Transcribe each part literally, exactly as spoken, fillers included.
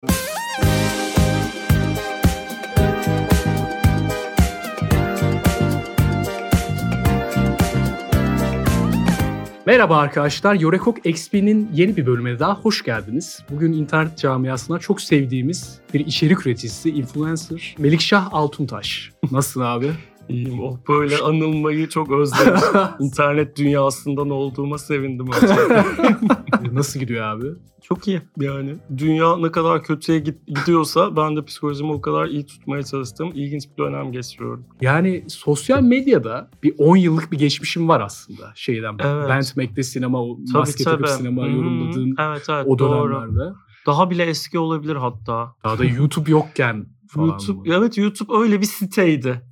Merhaba arkadaşlar, Yorekok X P'nin yeni bir bölümüne daha hoş geldiniz. Bugün internet camiasına çok sevdiğimiz bir içerik üreticisi, influencer Melikşah Altuntaş. Nasılsın abi? İyiyim. Oh, böyle anılmayı çok özledim. İnternet dünyasından olduğuma sevindim önce. Nasıl gidiyor abi? Çok iyi yani. Dünya ne kadar kötüye gidiyorsa ben de psikolojimi o kadar iyi tutmaya çalıştım. İlginç bir dönem geçiriyorum. Yani sosyal medyada bir on yıllık bir geçmişim var aslında şeyden. Evet. Bentmek'te sinema, Tabii, maske takıp tabii. sinema Hmm, yorumladığın evet, evet, o doğru. dönemlerde. Daha bile eski olabilir hatta. Daha da YouTube yokken falan. YouTube, mı? evet YouTube öyle bir siteydi.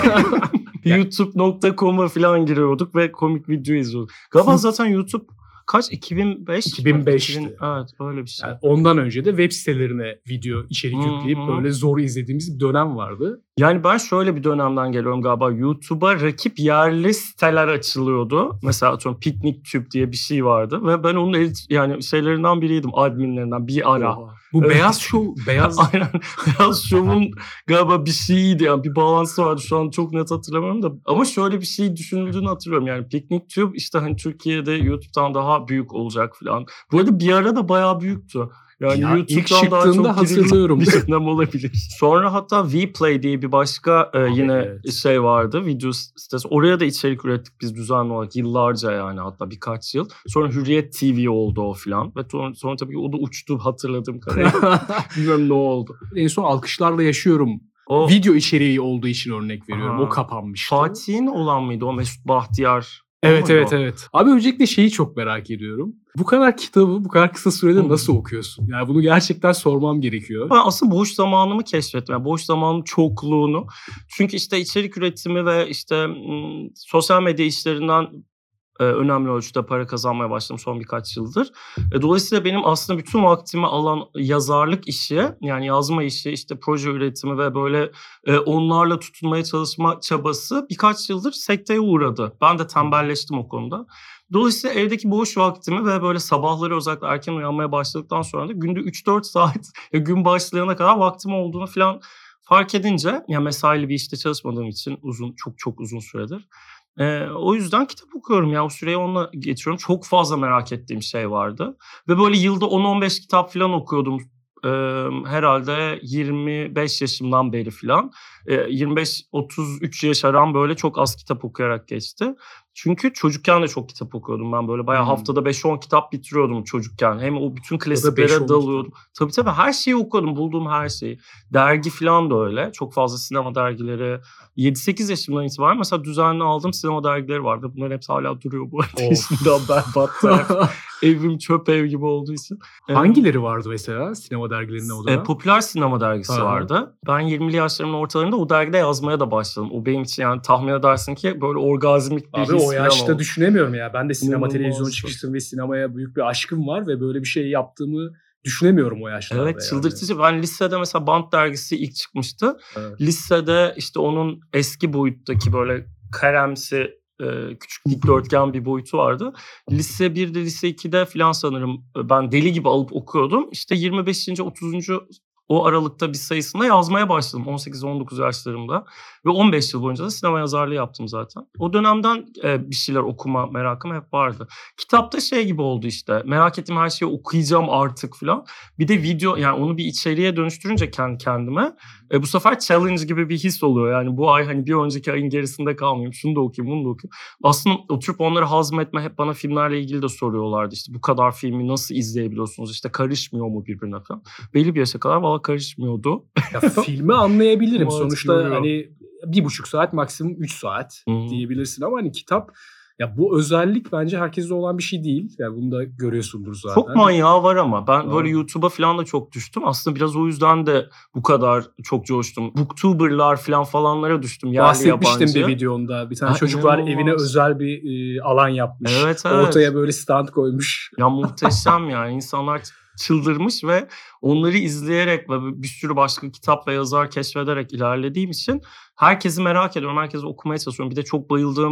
youtube nokta com'a falan giriyorduk ve komik video izliyorduk. Galiba zaten YouTube kaç? iki bin beş iki bin beşti. iki bin, evet öyle bir şey. Yani ondan önce de web sitelerine video içerik Hı-hı. yükleyip böyle zor izlediğimiz bir dönem vardı. Yani ben şöyle bir dönemden geliyorum galiba. YouTube'a rakip yerli siteler açılıyordu. Mesela atıyorum PicnicTube diye bir şey vardı ve ben onun edit, yani şeylerinden biriydim, adminlerinden bir ara. Oha. Bu Evet. Beyaz Show, Beyaz Aynen. Beyaz Show'un galiba bir şeyiydi yani, bir bağlantısı vardı, şu an çok net hatırlamıyorum da. Ama şöyle bir şey düşünüldüğünü hatırlıyorum. Yani PicnicTube işte hani Türkiye'de YouTube'dan daha büyük olacak falan. Bu arada bir ara da bayağı büyüktü. Yani ya YouTube'dan daha çok hatırlıyorum. bir dönem olabilir. Sonra hatta Vplay diye bir başka e, yine evet. şey vardı, video sitesi. Oraya da içerik ürettik biz düzenli olarak yıllarca, yani hatta birkaç yıl. Sonra Hürriyet T V oldu o filan. Ve sonra, sonra tabii o da uçtu hatırladığım kadarıyla. Bilmiyorum ne oldu. En son Alkışlarla Yaşıyorum. O video içeriği olduğu için örnek veriyorum. Aha. O kapanmıştı. Fatih'in olan mıydı o, Mesut Bahtiyar? Evet evet evet. Abi öncelikle şeyi çok merak ediyorum. Bu kadar kitabı bu kadar kısa sürede hmm. nasıl okuyorsun? Yani bunu gerçekten sormam gerekiyor. Ben aslında boş zamanımı keşfettim. Yani boş zamanın çokluğunu. Çünkü işte içerik üretimi ve işte m, sosyal medya işlerinden e, önemli ölçüde para kazanmaya başladım son birkaç yıldır. E, dolayısıyla benim aslında bütün vaktimi alan yazarlık işi, yani yazma işi, işte proje üretimi ve böyle e, onlarla tutunmaya çalışma çabası birkaç yıldır sekteye uğradı. Ben de tembelleştim o konuda. Dolayısıyla evdeki boş vaktimi ve böyle sabahları özellikle erken uyanmaya başladıktan sonra da günde üç dört saat gün başlayana kadar vaktim olduğunu falan fark edince, yani mesaili bir işte çalışmadığım için uzun çok çok uzun süredir. Ee, o yüzden kitap okuyorum ya, o süreyi onunla geçiriyorum. Çok fazla merak ettiğim şey vardı. Ve böyle yılda on on beş kitap falan okuyordum. Ee, herhalde yirmi beş yaşımdan beri falan. Ee, yirmi beş otuz üç yaş aram böyle çok az kitap okuyarak geçti. Çünkü çocukken de çok kitap okuyordum ben, böyle bayağı hmm. haftada beş on kitap bitiriyordum çocukken. Hem o bütün klasiklere dalıyordum. Tabii tabii her şeyi okuyordum, bulduğum her şeyi. Dergi falan da öyle. Çok fazla sinema dergileri. yedi sekiz yaşımdan itibaren mesela düzenli aldığım sinema dergileri vardı. Bunlar hepsi hala duruyor bu arada. Şimdiden berbat taraf. Evim çöp ev gibi olduğu için. Hangileri vardı mesela sinema dergilerinde o dönem? E, Popüler Sinema dergisi ha. vardı. Ben yirmili yaşlarımın ortalarında o dergide yazmaya da başladım. O benim için, yani tahmin edersin ki böyle orgazmik bir Abi his. O yaşta oldu. Düşünemiyorum ya. Ben de sinema İnanılmaz. televizyon çıkıştım ve sinemaya büyük bir aşkım var ve böyle bir şey yaptığımı düşünemiyorum o yaşlarda. Evet, yani. Çıldırtıcı. Ben lisede mesela Bant dergisi ilk çıkmıştı. Evet. Lisede işte onun eski boyuttaki böyle karemsi küçük dikdörtgen bir boyutu vardı. Lise birde, lise ikide falan sanırım ben deli gibi alıp okuyordum. İşte yirmi beşinci otuzuncu o aralıkta bir sayısında yazmaya başladım on sekiz on dokuz yaşlarımda. Ve on beş yıl boyunca da sinema yazarlığı yaptım zaten. O dönemden bir şeyler okuma merakım hep vardı. Kitapta şey gibi oldu işte. Merak ettiğim her şeyi okuyacağım artık falan. Bir de video, yani onu bir içeriğe dönüştürünce kendi kendime e, bu sefer challenge gibi bir his oluyor. Yani bu ay hani bir önceki ayın gerisinde kalmayayım. Şunu da okuyayım, bunu da okuyayım. Aslında oturup onları hazmetme, hep bana filmlerle ilgili de soruyorlardı. İşte bu kadar filmi nasıl izleyebiliyorsunuz? İşte karışmıyor mu birbirine falan. Belli bir yaşa kadar valla karışmıyordu. Ya filmi anlayabilirim. Sonuçta hani bir buçuk saat maksimum üç saat hmm. diyebilirsin ama hani kitap, ya bu özellik bence herkeste olan bir şey değil. Yani bunu da görüyorsundur zaten. Çok manyağı var ama ben böyle YouTube'a falan da çok düştüm. Aslında biraz o yüzden de bu kadar çok coştum. Booktuber'lar falan falanlara düştüm. Yerli bahsetmiştim yabancı. Bir videonda. Bir tane ha, çocuk var, evine özel bir e, alan yapmış. Evet, evet. Ortaya böyle stand koymuş. Ya muhteşem yani. İnsanlar çıldırmış ve onları izleyerek ve bir sürü başka kitap ve yazar keşfederek ilerlediğim için herkesi merak ediyorum. Herkesi okumaya çalışıyorum. Bir de çok bayıldığım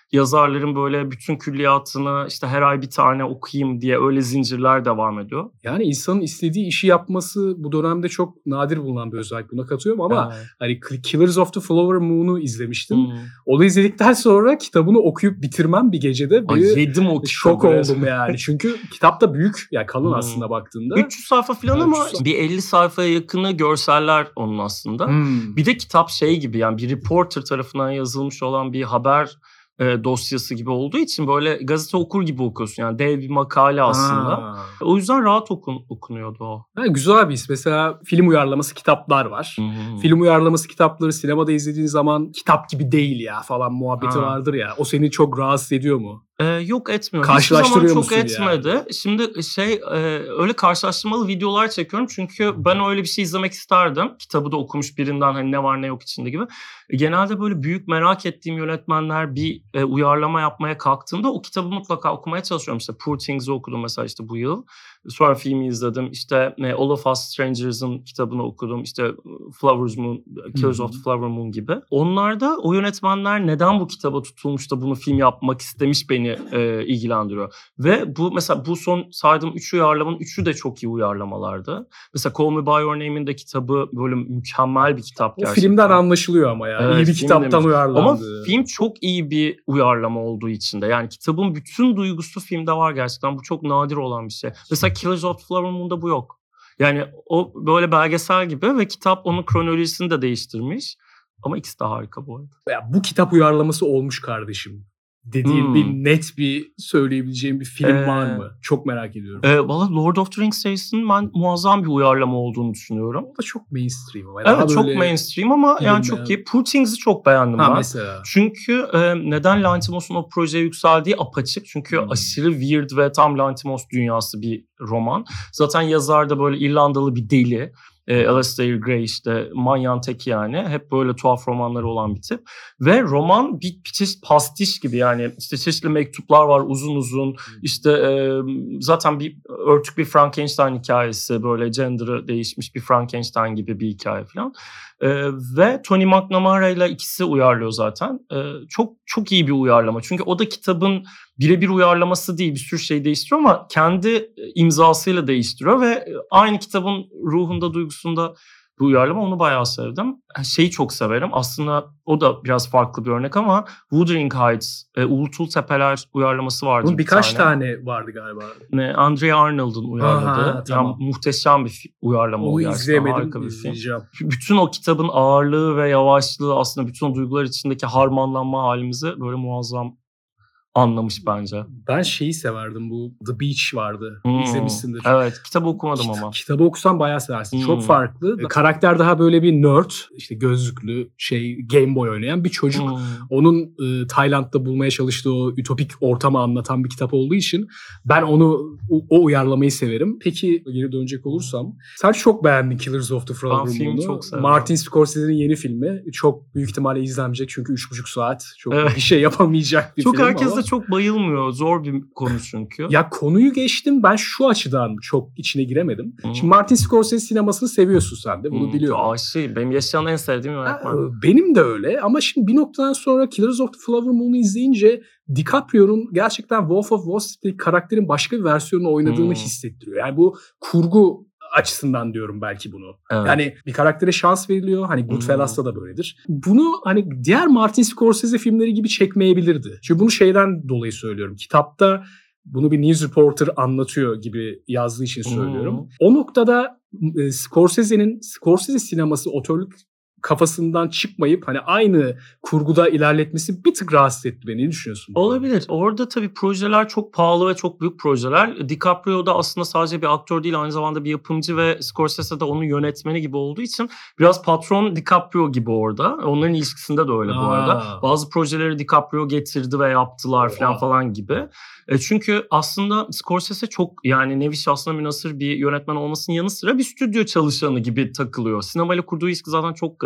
yazarların böyle bütün külliyatını işte her ay bir tane okuyayım diye öyle zincirler devam ediyor. Yani insanın istediği işi yapması bu dönemde çok nadir bulunan bir özellik. Buna katılıyorum ama Evet. hani Killers of the Flower Moon'u izlemiştim. Hmm. Onu izledikten sonra kitabını okuyup bitirmem bir gecede Ay, bir yedim o kitabı. şok oldum yani. Çünkü kitap da büyük, yani kalın Hmm. aslında baktığında. üç yüz sayfa falan ama üç yüz bir elli sayfaya yakını görseller onun aslında. Hmm. Bir de kitap şey gibi, yani bir reporter tarafından yazılmış olan bir haber e, dosyası gibi olduğu için böyle gazete okur gibi okuyorsun. Yani dev bir makale aslında. Aa. O yüzden rahat okun, okunuyordu o. Yani güzel bir his. Mesela film uyarlaması kitaplar var. Hmm. Film uyarlaması kitapları sinemada izlediğin zaman kitap gibi değil ya falan muhabbeti Ha. vardır ya. O seni çok rahatsız ediyor mu? Ee, yok etmiyor. Karşılaştırıyor Hiçbir zaman musun çok etmedi. yani? Şimdi şey e, öyle karşılaştırmalı videolar çekiyorum. Çünkü ben öyle bir şey izlemek isterdim. Kitabı da okumuş birinden, hani ne var ne yok içinde gibi. E, genelde böyle büyük merak ettiğim yönetmenler bir e, uyarlama yapmaya kalktığımda o kitabı mutlaka okumaya çalışıyorum. İşte Poor Things'i okudum mesela işte bu yıl. Sonra filmi izledim. İşte e, All of Us Strangers'ın kitabını okudum. İşte Flowers Moon, Killers of the Flower Moon gibi. Onlarda o yönetmenler neden bu kitaba tutulmuş da bunu film yapmak istemiş beni e, ilgilendiriyor. Ve bu mesela bu son saydığım üç uyarlamanın üçü de çok iyi uyarlamalardı. Mesela Call Me By Your Name'in de kitabı böyle mükemmel bir kitap O gerçekten. filmden anlaşılıyor ama ya. Evet, İyi bir film kitaptan demiş. uyarlandı. Ama film çok iyi bir uyarlama olduğu için de. Yani kitabın bütün duygusu filmde var gerçekten. Bu çok nadir olan bir şey. Mesela Killers of the Flower Moon'da bu yok. Yani o böyle belgesel gibi ve kitap onun kronolojisini de değiştirmiş. Ama ikisi de harika bu arada. Ya bu kitap uyarlaması olmuş kardeşim dediğin Hmm. bir net bir söyleyebileceğim bir film Ee, var mı? Çok merak ediyorum. E, Valla Lord of the Rings serisinin ben muazzam bir uyarlama olduğunu düşünüyorum. O da çok mainstream ama. Evet, Daha çok böyle mainstream ama yani bilinmeyen. çok iyi. Poor Things'i çok beğendim Ha ben. mesela. Çünkü e, neden Lanthimos'un o projeye yükseldiği apaçık. Çünkü Hmm. aşırı weird ve tam Lanthimos dünyası bir roman. Zaten yazar da böyle İrlandalı bir deli. E, Alasdair Gray işte manyağın teki yani. Hep böyle tuhaf romanları olan bir tip. Ve roman bir, bir çeşit pastiş gibi yani. İşte çeşitli mektuplar var uzun uzun. İşte e, zaten bir örtük bir Frankenstein hikayesi. Böyle gender'ı değişmiş bir Frankenstein gibi bir hikaye falan. E, ve Tony McNamara ile ikisi uyarlıyor zaten. E, çok çok iyi bir uyarlama. Çünkü o da kitabın birebir uyarlaması değil, bir sürü şey değiştiriyor ama kendi imzasıyla değiştiriyor ve aynı kitabın ruhunda, duygusunda bu uyarlama, onu bayağı sevdim. Şeyi çok severim. Aslında o da biraz farklı bir örnek ama Wuthering Heights, e, Uğultul Tepeler uyarlaması vardı. Bunun bir birkaç tane. tane vardı galiba. Ne, Andrea Arnold'un uyarladığı. Aha, tamam. Yani muhteşem bir fi- uyarlama. Onu o gerçekten. izleyemedim, Harika bir film. izleyeceğim. Bütün o kitabın ağırlığı ve yavaşlığı, aslında bütün o duygular içindeki harmanlanma halimizi böyle muazzam anlamış bence. Ben şeyi severdim, bu The Beach vardı. Hmm, İzlemişsindir. Evet, kitabı okumadım Kit- ama. Kitabı okusan bayağı seversin. Hmm. Çok farklı. E, Karakter daha böyle bir nerd, işte gözlüklü, şey Game Boy oynayan bir çocuk. Hmm. Onun e, Tayland'da bulmaya çalıştığı o ütopik ortamı anlatan bir kitap olduğu için ben onu o, o uyarlamayı severim. Peki geri dönecek olursam, sen çok beğendin Killers of the Flower Ben filmi Moon'u. çok sevdim. Martin Scorsese'nin yeni filmi. Çok büyük ihtimalle izlenmeyecek çünkü üç buçuk saat. Çok Evet. bir şey yapamayacak bir Çok film herkes ama. de çok bayılmıyor. Zor bir konu çünkü. Ya konuyu geçtim, ben şu açıdan çok içine giremedim. Hmm. Şimdi Martin Scorsese sinemasını seviyorsun sen de, bunu Hmm, biliyorum. Aa, şey, benim yaşayan en sevdiğim Ha, yönetmen. benim de öyle ama şimdi bir noktadan sonra Killers of the Flower Moon'u izleyince DiCaprio'nun gerçekten Wolf of Wall Street karakterin başka bir versiyonunu oynadığını Hmm. hissettiriyor. Yani bu kurgu açısından diyorum belki bunu. Evet. Yani bir karaktere şans veriliyor. Hani Goodfellas'ta da böyledir. Bunu hani diğer Martin Scorsese filmleri gibi çekmeyebilirdi. Çünkü bunu şeyden dolayı söylüyorum. Kitapta bunu bir news reporter anlatıyor gibi yazdığı için söylüyorum. Hmm. O noktada e, Scorsese'nin Scorsese sineması otörlük kafasından çıkmayıp hani aynı kurguda ilerletmesi bir tık rahatsız etti beni. Ne düşünüyorsun? Olabilir. Orada tabii projeler çok pahalı ve çok büyük projeler. DiCaprio da aslında sadece bir aktör değil, aynı zamanda bir yapımcı ve Scorsese de onun yönetmeni gibi olduğu için biraz patron DiCaprio gibi orada. Onların ilişkisinde de öyle bu Aa. arada. Bazı projeleri DiCaprio getirdi ve yaptılar falan Oha. falan gibi. E çünkü aslında Scorsese çok, yani nevi şahsına münhasır bir yönetmen olmasının yanı sıra bir stüdyo çalışanı gibi takılıyor. Sinemayla kurduğu ilişki zaten çok garip.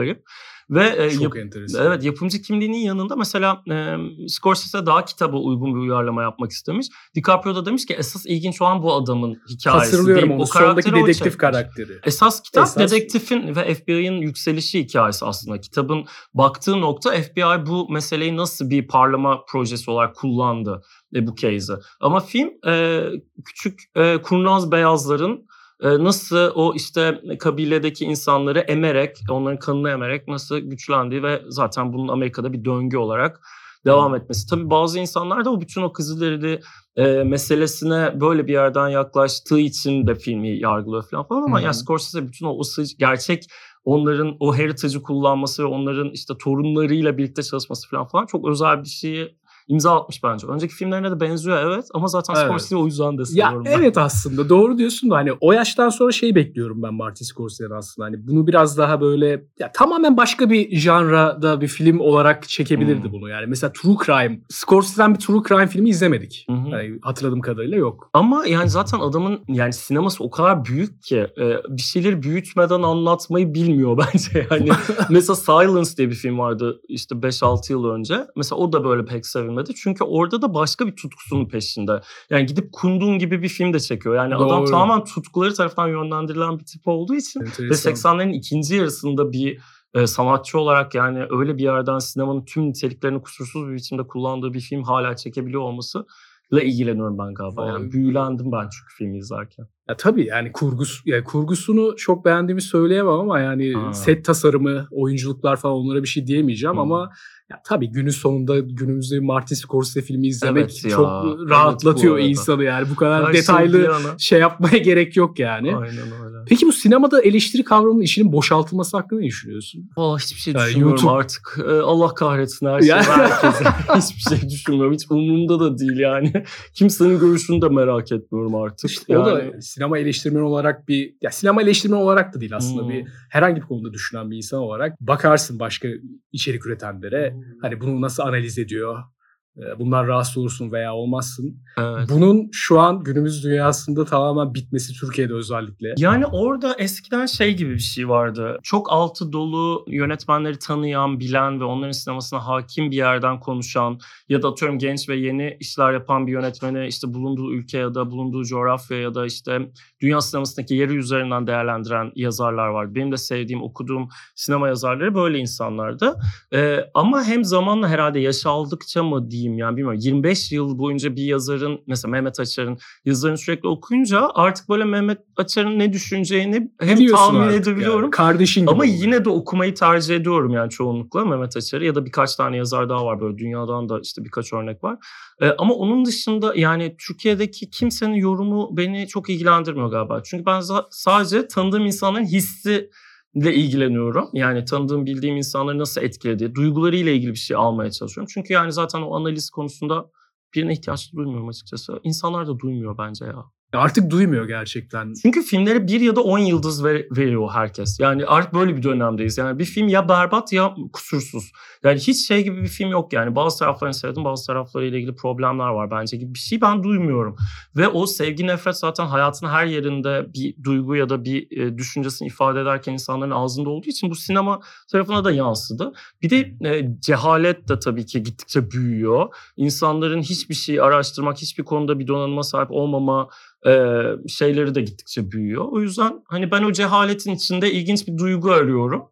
garip. Ve e, Çok yap- enteresan. evet, yapımcı kimliğinin yanında mesela e, Scorsese daha kitaba uygun bir uyarlama yapmak istemiş. DiCaprio da demiş ki esas ilginç olan bu adamın hikayesi Hatırlıyorum deyip onu. o karakteri Sondaki o dedektif çekmiş. karakteri. Esas kitap Esas- dedektifin ve F B I'ın yükselişi hikayesi aslında. Kitabın baktığı nokta F B I bu meseleyi nasıl bir parlama projesi olarak kullandı e, bu case'i. Ama film e, küçük e, kurnaz beyazların e, nasıl o işte kabiledeki insanları emerek, onların kanını emerek nasıl güçlendiği ve zaten bunun Amerika'da bir döngü olarak devam etmesi. Tabii bazı insanlar da o bütün o Kızılderili e, meselesine böyle bir yerden yaklaştığı için de filmi yargılıyor falan falan ama Hı hı. ya Scorsese bütün o ısı, gerçek onların o heritage'ı kullanması ve onların işte torunlarıyla birlikte çalışması falan falan çok özel bir şeyi imza atmış bence. Önceki filmlerine de benziyor evet ama zaten Evet. Scorsese'yi o yüzden de Ya seviyorum ben. evet aslında doğru diyorsun da hani o yaştan sonra şey bekliyorum ben Martin Scorsese'den aslında. Hani bunu biraz daha böyle ya tamamen başka bir janrada bir film olarak çekebilirdi Hmm. bunu. Yani mesela True Crime. Scorsese'den bir True Crime filmi izlemedik. Hı hı. Yani hatırladığım kadarıyla yok. Ama yani zaten adamın yani sineması o kadar büyük ki e, bir şeyleri büyütmeden anlatmayı bilmiyor bence. Yani mesela Silence diye bir film vardı işte beş altı yıl önce. Mesela o da böyle pek sevilmedi. Çünkü orada da başka bir tutkusunun peşinde. Yani gidip Kundun gibi bir film de çekiyor. Yani adam Doğru. tamamen tutkuları tarafından yönlendirilen bir tip olduğu için ve Enteresan. seksenlerin ikinci yarısında bir e, sanatçı olarak yani öyle bir yerden sinemanın tüm niteliklerini kusursuz bir biçimde kullandığı bir film hala çekebiliyor olması ile ilgileniyorum ben galiba. Vay. Yani büyülendim ben çünkü filmi izlerken. Ya tabii yani kurgus yani kurgusunu çok beğendiğimi söyleyemem ama yani Ha. set tasarımı, oyunculuklar falan onlara bir şey diyemeyeceğim Hı. ama ya tabii günün sonunda günümüzde Martin Scorsese filmi izlemek Evet ya, çok evet rahatlatıyor bu arada. insanı yani bu kadar Her şey detaylı bir yana. şey yapmaya gerek yok yani. Aynen öyle. Peki bu sinemada eleştiri kavramının işinin boşaltılması hakkında ne düşünüyorsun? Valla hiçbir şey Yani düşünmüyorum YouTube- artık. Ee, Allah kahretsin her şeyi Ya. ve herkese. Hiçbir şey düşünmüyorum. Hiç umurumda da değil yani. Kimsenin görüşünü de merak etmiyorum artık. İşte yani... o da sinema eleştirmeni olarak bir ya sinema eleştirmeni olarak da değil aslında Hmm. bir herhangi bir konuda düşünen bir insan olarak bakarsın başka içerik üretenlere hani bunu nasıl analiz ediyor. Bundan rahatsız olursun veya olmazsın. Evet. Bunun şu an günümüz dünyasında tamamen bitmesi Türkiye'de özellikle. Yani orada eskiden şey gibi bir şey vardı. Çok altı dolu yönetmenleri tanıyan, bilen ve onların sinemasına hakim bir yerden konuşan ya da atıyorum genç ve yeni işler yapan bir yönetmeni işte bulunduğu ülke ya da bulunduğu coğrafya ya da işte dünya sinemasındaki yeri üzerinden değerlendiren yazarlar vardı. Benim de sevdiğim, okuduğum sinema yazarları böyle insanlardı. Ee, ama hem zamanla herhalde yaş aldıkça mı diyeyim yani bilmiyorum. yirmi beş yıl boyunca bir yazarın mesela Mehmet Açar'ın yazılarını sürekli okuyunca artık böyle Mehmet Açar'ın ne düşüneceğini hem Biliyorsun tahmin artık edebiliyorum. yani. Kardeşin gibi Ama oluyor. yine de okumayı tercih ediyorum yani çoğunlukla Mehmet Açar'ı ya da birkaç tane yazar daha var böyle dünyadan da işte birkaç örnek var. Ee, ama onun dışında yani Türkiye'deki kimsenin yorumu beni çok ilgilendirmiyor galiba. Çünkü ben za- sadece tanıdığım insanların hissi ile ilgileniyorum. Yani tanıdığım, bildiğim insanları nasıl etkilediği, duygularıyla ilgili bir şey almaya çalışıyorum. Çünkü yani zaten o analiz konusunda birine ihtiyaç duymuyorum açıkçası. İnsanlar da duymuyor bence ya. Artık duymuyor gerçekten. Çünkü filmlere bir ya da on yıldız ver, veriyor herkes. Yani artık böyle bir dönemdeyiz. Yani bir film ya berbat ya kusursuz. Yani hiç şey gibi bir film yok yani. Bazı taraflarını sevdim, bazı taraflarıyla ilgili problemler var bence gibi bir şey ben duymuyorum. Ve o sevgi nefret zaten hayatın her yerinde bir duygu ya da bir e, düşüncesini ifade ederken insanların ağzında olduğu için bu sinema tarafına da yansıdı. Bir de e, cehalet de tabii ki gittikçe büyüyor. İnsanların hiçbir şeyi araştırmak, hiçbir konuda bir donanıma sahip olmama Ee, şeyleri de gittikçe büyüyor. O yüzden hani ben o cehaletin içinde ilginç bir duygu arıyorum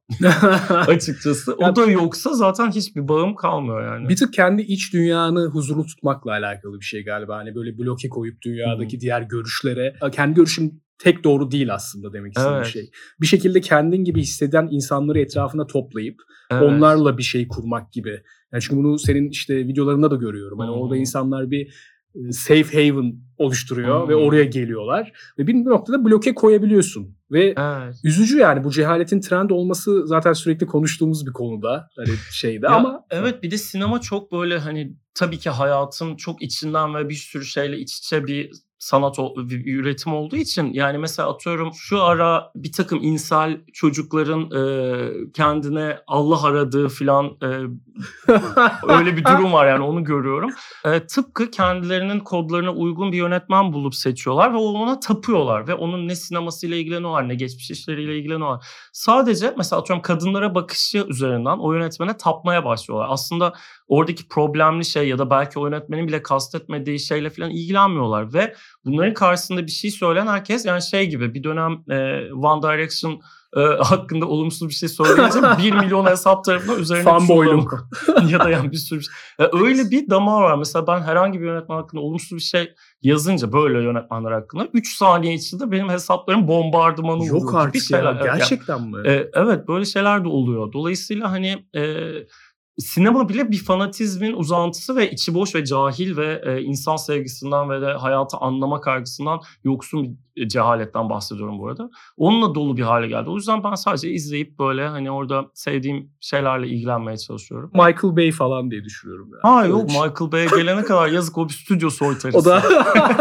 açıkçası. O da yoksa zaten hiçbir bağım kalmıyor yani. Bir tık kendi iç dünyanı huzurlu tutmakla alakalı bir şey galiba. Hani böyle bloke koyup dünyadaki hmm. diğer görüşlere kendi görüşüm tek doğru değil aslında demek istediğim evet. şey. Bir şekilde kendin gibi hisseden insanları etrafına toplayıp evet. onlarla bir şey kurmak gibi. Yani çünkü bunu senin işte videolarında da görüyorum. Hani hmm. orada insanlar bir safe haven oluşturuyor hmm. ve oraya geliyorlar. Ve bir noktada bloke koyabiliyorsun. Ve evet. üzücü yani bu cehaletin trend olması zaten sürekli konuştuğumuz bir konuda. Hani şeyde ya, ama. Evet bir de sinema çok böyle hani tabii ki hayatın çok içinden ve bir sürü şeyle iç içe bir sanat bir üretim olduğu için yani mesela atıyorum şu ara bir takım insel çocukların e, kendine Allah aradığı filan e, Öyle bir durum var yani onu görüyorum. E, tıpkı kendilerinin kodlarına uygun bir yönetmen bulup seçiyorlar ve ona tapıyorlar. Ve onun ne sinemasıyla ilgileniyorlar ne geçmiş işleriyle ilgileniyorlar. Sadece mesela atıyorum kadınlara bakışı üzerinden o yönetmene tapmaya başlıyorlar. Aslında oradaki problemli şey ya da belki o yönetmenin bile kastetmediği şeyle falan ilgilenmiyorlar. Ve bunların karşısında bir şey söyleyen herkes yani şey gibi bir dönem e, One Direction e, hakkında olumsuz bir şey söyleyince bir milyon hesap tarafından üzerine fanboyluk ya da yani bir sürü şey. Yani öyle bir damar var. Mesela ben herhangi bir yönetmen hakkında olumsuz bir şey yazınca böyle yönetmenler hakkında üç saniye içinde benim hesaplarım bombardımanı oluyor. Yok artık şeyler. ya gerçekten yani, mi? E, evet böyle şeyler de oluyor. Dolayısıyla hani e, sinema bile bir fanatizmin uzantısı ve içi boş ve cahil ve e, insan sevgisinden ve de hayatı anlama kaygısından yoksun bir cehaletten bahsediyorum bu arada. Onunla dolu bir hale geldi. O yüzden ben sadece izleyip böyle hani orada sevdiğim şeylerle ilgilenmeye çalışıyorum. Michael Bay falan diye düşünüyorum. Yani. Ha yok Michael Bay'e gelene kadar yazık o bir stüdyo soytarısı. O da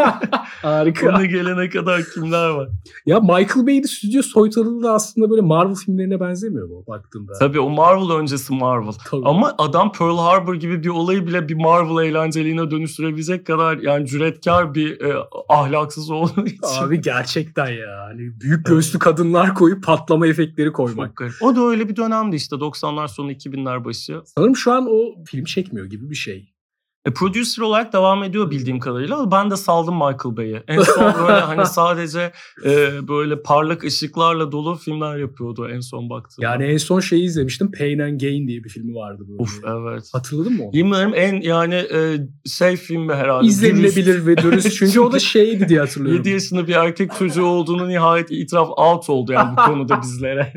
harika. Ona gelene kadar kimler var? Ya Michael Bay'de stüdyo soytarılığı da aslında böyle Marvel filmlerine benzemiyor mu baktığında? Tabii o Marvel öncesi Marvel. Tabii. Ama adam Pearl Harbor gibi bir olayı bile bir Marvel eğlenceliğine dönüştürebilecek kadar yani cüretkar bir e, ahlaksız olduğu için. Abi gerçekten ya. Hani büyük göğüslü kadınlar koyup patlama efektleri koymak. O da öyle bir dönemdi işte doksanlar sonu iki binler başı. Sanırım şu an o film çekmiyor gibi bir şey. E, producer olarak devam ediyor bildiğim kadarıyla. Ben de saldım Michael Bay'i. En son böyle hani sadece e, böyle parlak ışıklarla dolu filmler yapıyordu en son baktığımda. Yani en son şeyi izlemiştim. Pain and Gain diye bir filmi vardı böyle. Uf evet. Hatırladın mı onu? Bilmiyorum en yani e, şey filmi herhalde. İzlenilebilir ve dürüst. Çünkü o da şeydi diye hatırlıyorum. yedi yaşında bir erkek çocuğu olduğunu nihayet itiraf out oldu yani bu konuda bizlere.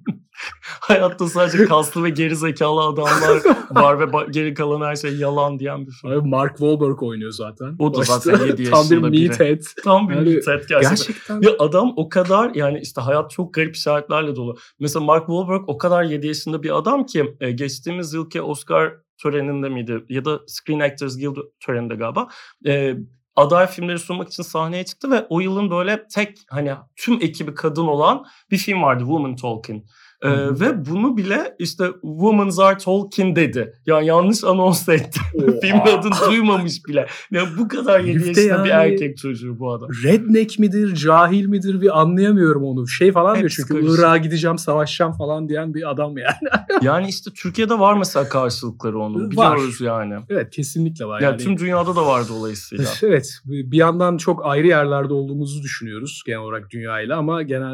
Hayatta sadece kaslı ve geri zekalı adamlar var ve ba- geri kalan her şey yalan diyen bir film. Abi Mark Wahlberg oynuyor zaten. O da zaten yedi yaşında tam bir biri. meathead. Tam bir yani, meathead gerçekten. gerçekten. Ya adam o kadar yani işte hayat çok garip işaretlerle dolu. Mesela Mark Wahlberg o kadar yedi yaşında bir adam ki e, geçtiğimiz yılki Oscar töreninde miydi ya da Screen Actors Guild töreninde galiba. E, aday filmleri sunmak için sahneye çıktı ve o yılın böyle tek hani tüm ekibi kadın olan bir film vardı Woman Talking. Ee, ve bunu bile işte Women Are Talking dedi. Yani yanlış anons etti. Filmin adını duymamış bile. Yani bu kadar yedi yaşında yani bir erkek çocuğu bu adam. Redneck midir, cahil midir bir anlayamıyorum onu. Şey falan diyor çünkü Irak'a gideceğim, savaşacağım falan diyen bir adam yani. Yani işte Türkiye'de var mesela karşılıkları onun. Biliyoruz var. Yani. Evet kesinlikle var. Yani, yani tüm dünyada da var dolayısıyla. Evet. Bir yandan çok ayrı yerlerde olduğumuzu düşünüyoruz genel olarak dünyayla ama genel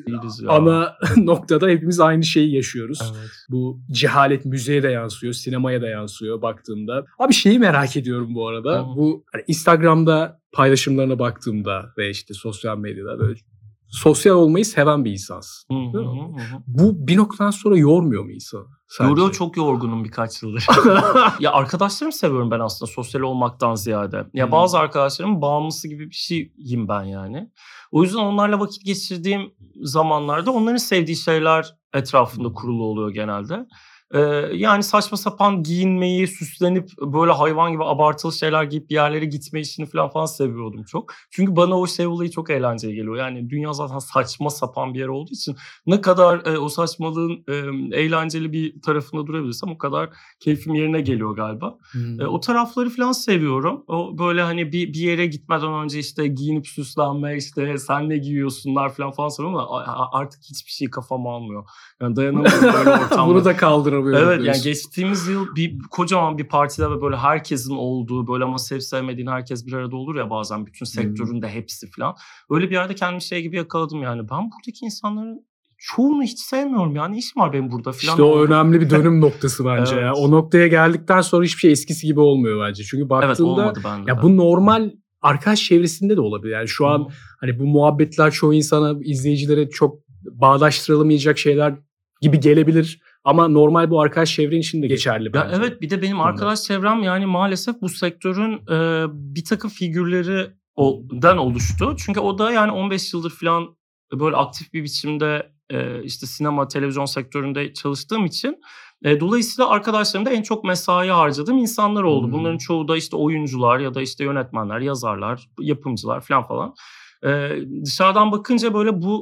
ana noktada hepimiz aynı şeyi yaşıyoruz. Evet. Bu cehalet müziğe de yansıyor, sinemaya da yansıyor baktığımda. Abi şeyi merak ediyorum bu arada. Hı. Bu hani Instagram'da paylaşımlarına baktığımda ve işte sosyal medyada böyle sosyal olmayı seven bir insansın. Hı hı hı. Bu bir noktadan sonra yormuyor mu insanı? Yoruyor, çok yorgunum birkaç yıldır. Ya arkadaşlarımı seviyorum ben aslında sosyal olmaktan ziyade. Ya hmm. bazı arkadaşlarım bağımlısı gibi bir şeyim ben yani. O yüzden onlarla vakit geçirdiğim zamanlarda onların sevdiği şeyler etrafında kurulu oluyor genelde. Ee, yani saçma sapan giyinmeyi, süslenip böyle hayvan gibi abartılı şeyler giyip bir yerlere gitme işini falan falan seviyordum çok. Çünkü bana o şey olayı çok eğlenceli geliyor. Yani dünya zaten saçma sapan bir yer olduğu için ne kadar e, o saçmalığın e, eğlenceli bir tarafında durabilirsem o kadar keyfim yerine geliyor galiba. Hmm. E, o tarafları falan seviyorum. O böyle hani bir, bir yere gitmeden önce işte giyinip süslenme, işte sen ne giyiyorsunlar falan falan seviyorum ama artık hiçbir şey kafama almıyor. Yani dayanamıyorum böyle ortamda. Bunu da kaldır. Evet diyorsun. Yani geçtiğimiz yıl bir kocaman bir partide ve böyle herkesin olduğu böyle ama sevip sevmediğin herkes bir arada olur ya bazen bütün sektörün de hepsi falan. Öyle bir yerde kendimi şey gibi yakaladım yani ben buradaki insanların çoğunu hiç sevmiyorum yani işim var benim burada falan. İşte o oldu. Önemli bir dönüm noktası bence evet. ya. O noktaya geldikten sonra hiçbir şey eskisi gibi olmuyor bence. Çünkü baktığında evet, olmadı bende ya de. Bu normal arkadaş çevresinde de olabilir. Yani şu an hmm. hani bu muhabbetler çoğu insana, izleyicilere çok bağdaştırılamayacak şeyler gibi gelebilir. Ama normal bu arkadaş çevren için de geçerli bence. Ya evet bir de benim arkadaş çevrem yani maalesef bu sektörün e, bir takım figürlerinden oluştu. Çünkü o da yani on beş yıldır falan böyle aktif bir biçimde e, işte sinema, televizyon sektöründe çalıştığım için e, dolayısıyla arkadaşlarımda en çok mesai harcadığım insanlar oldu. Hmm. Bunların çoğu da işte oyuncular ya da işte yönetmenler, yazarlar, yapımcılar falan falan. E, dışarıdan bakınca böyle bu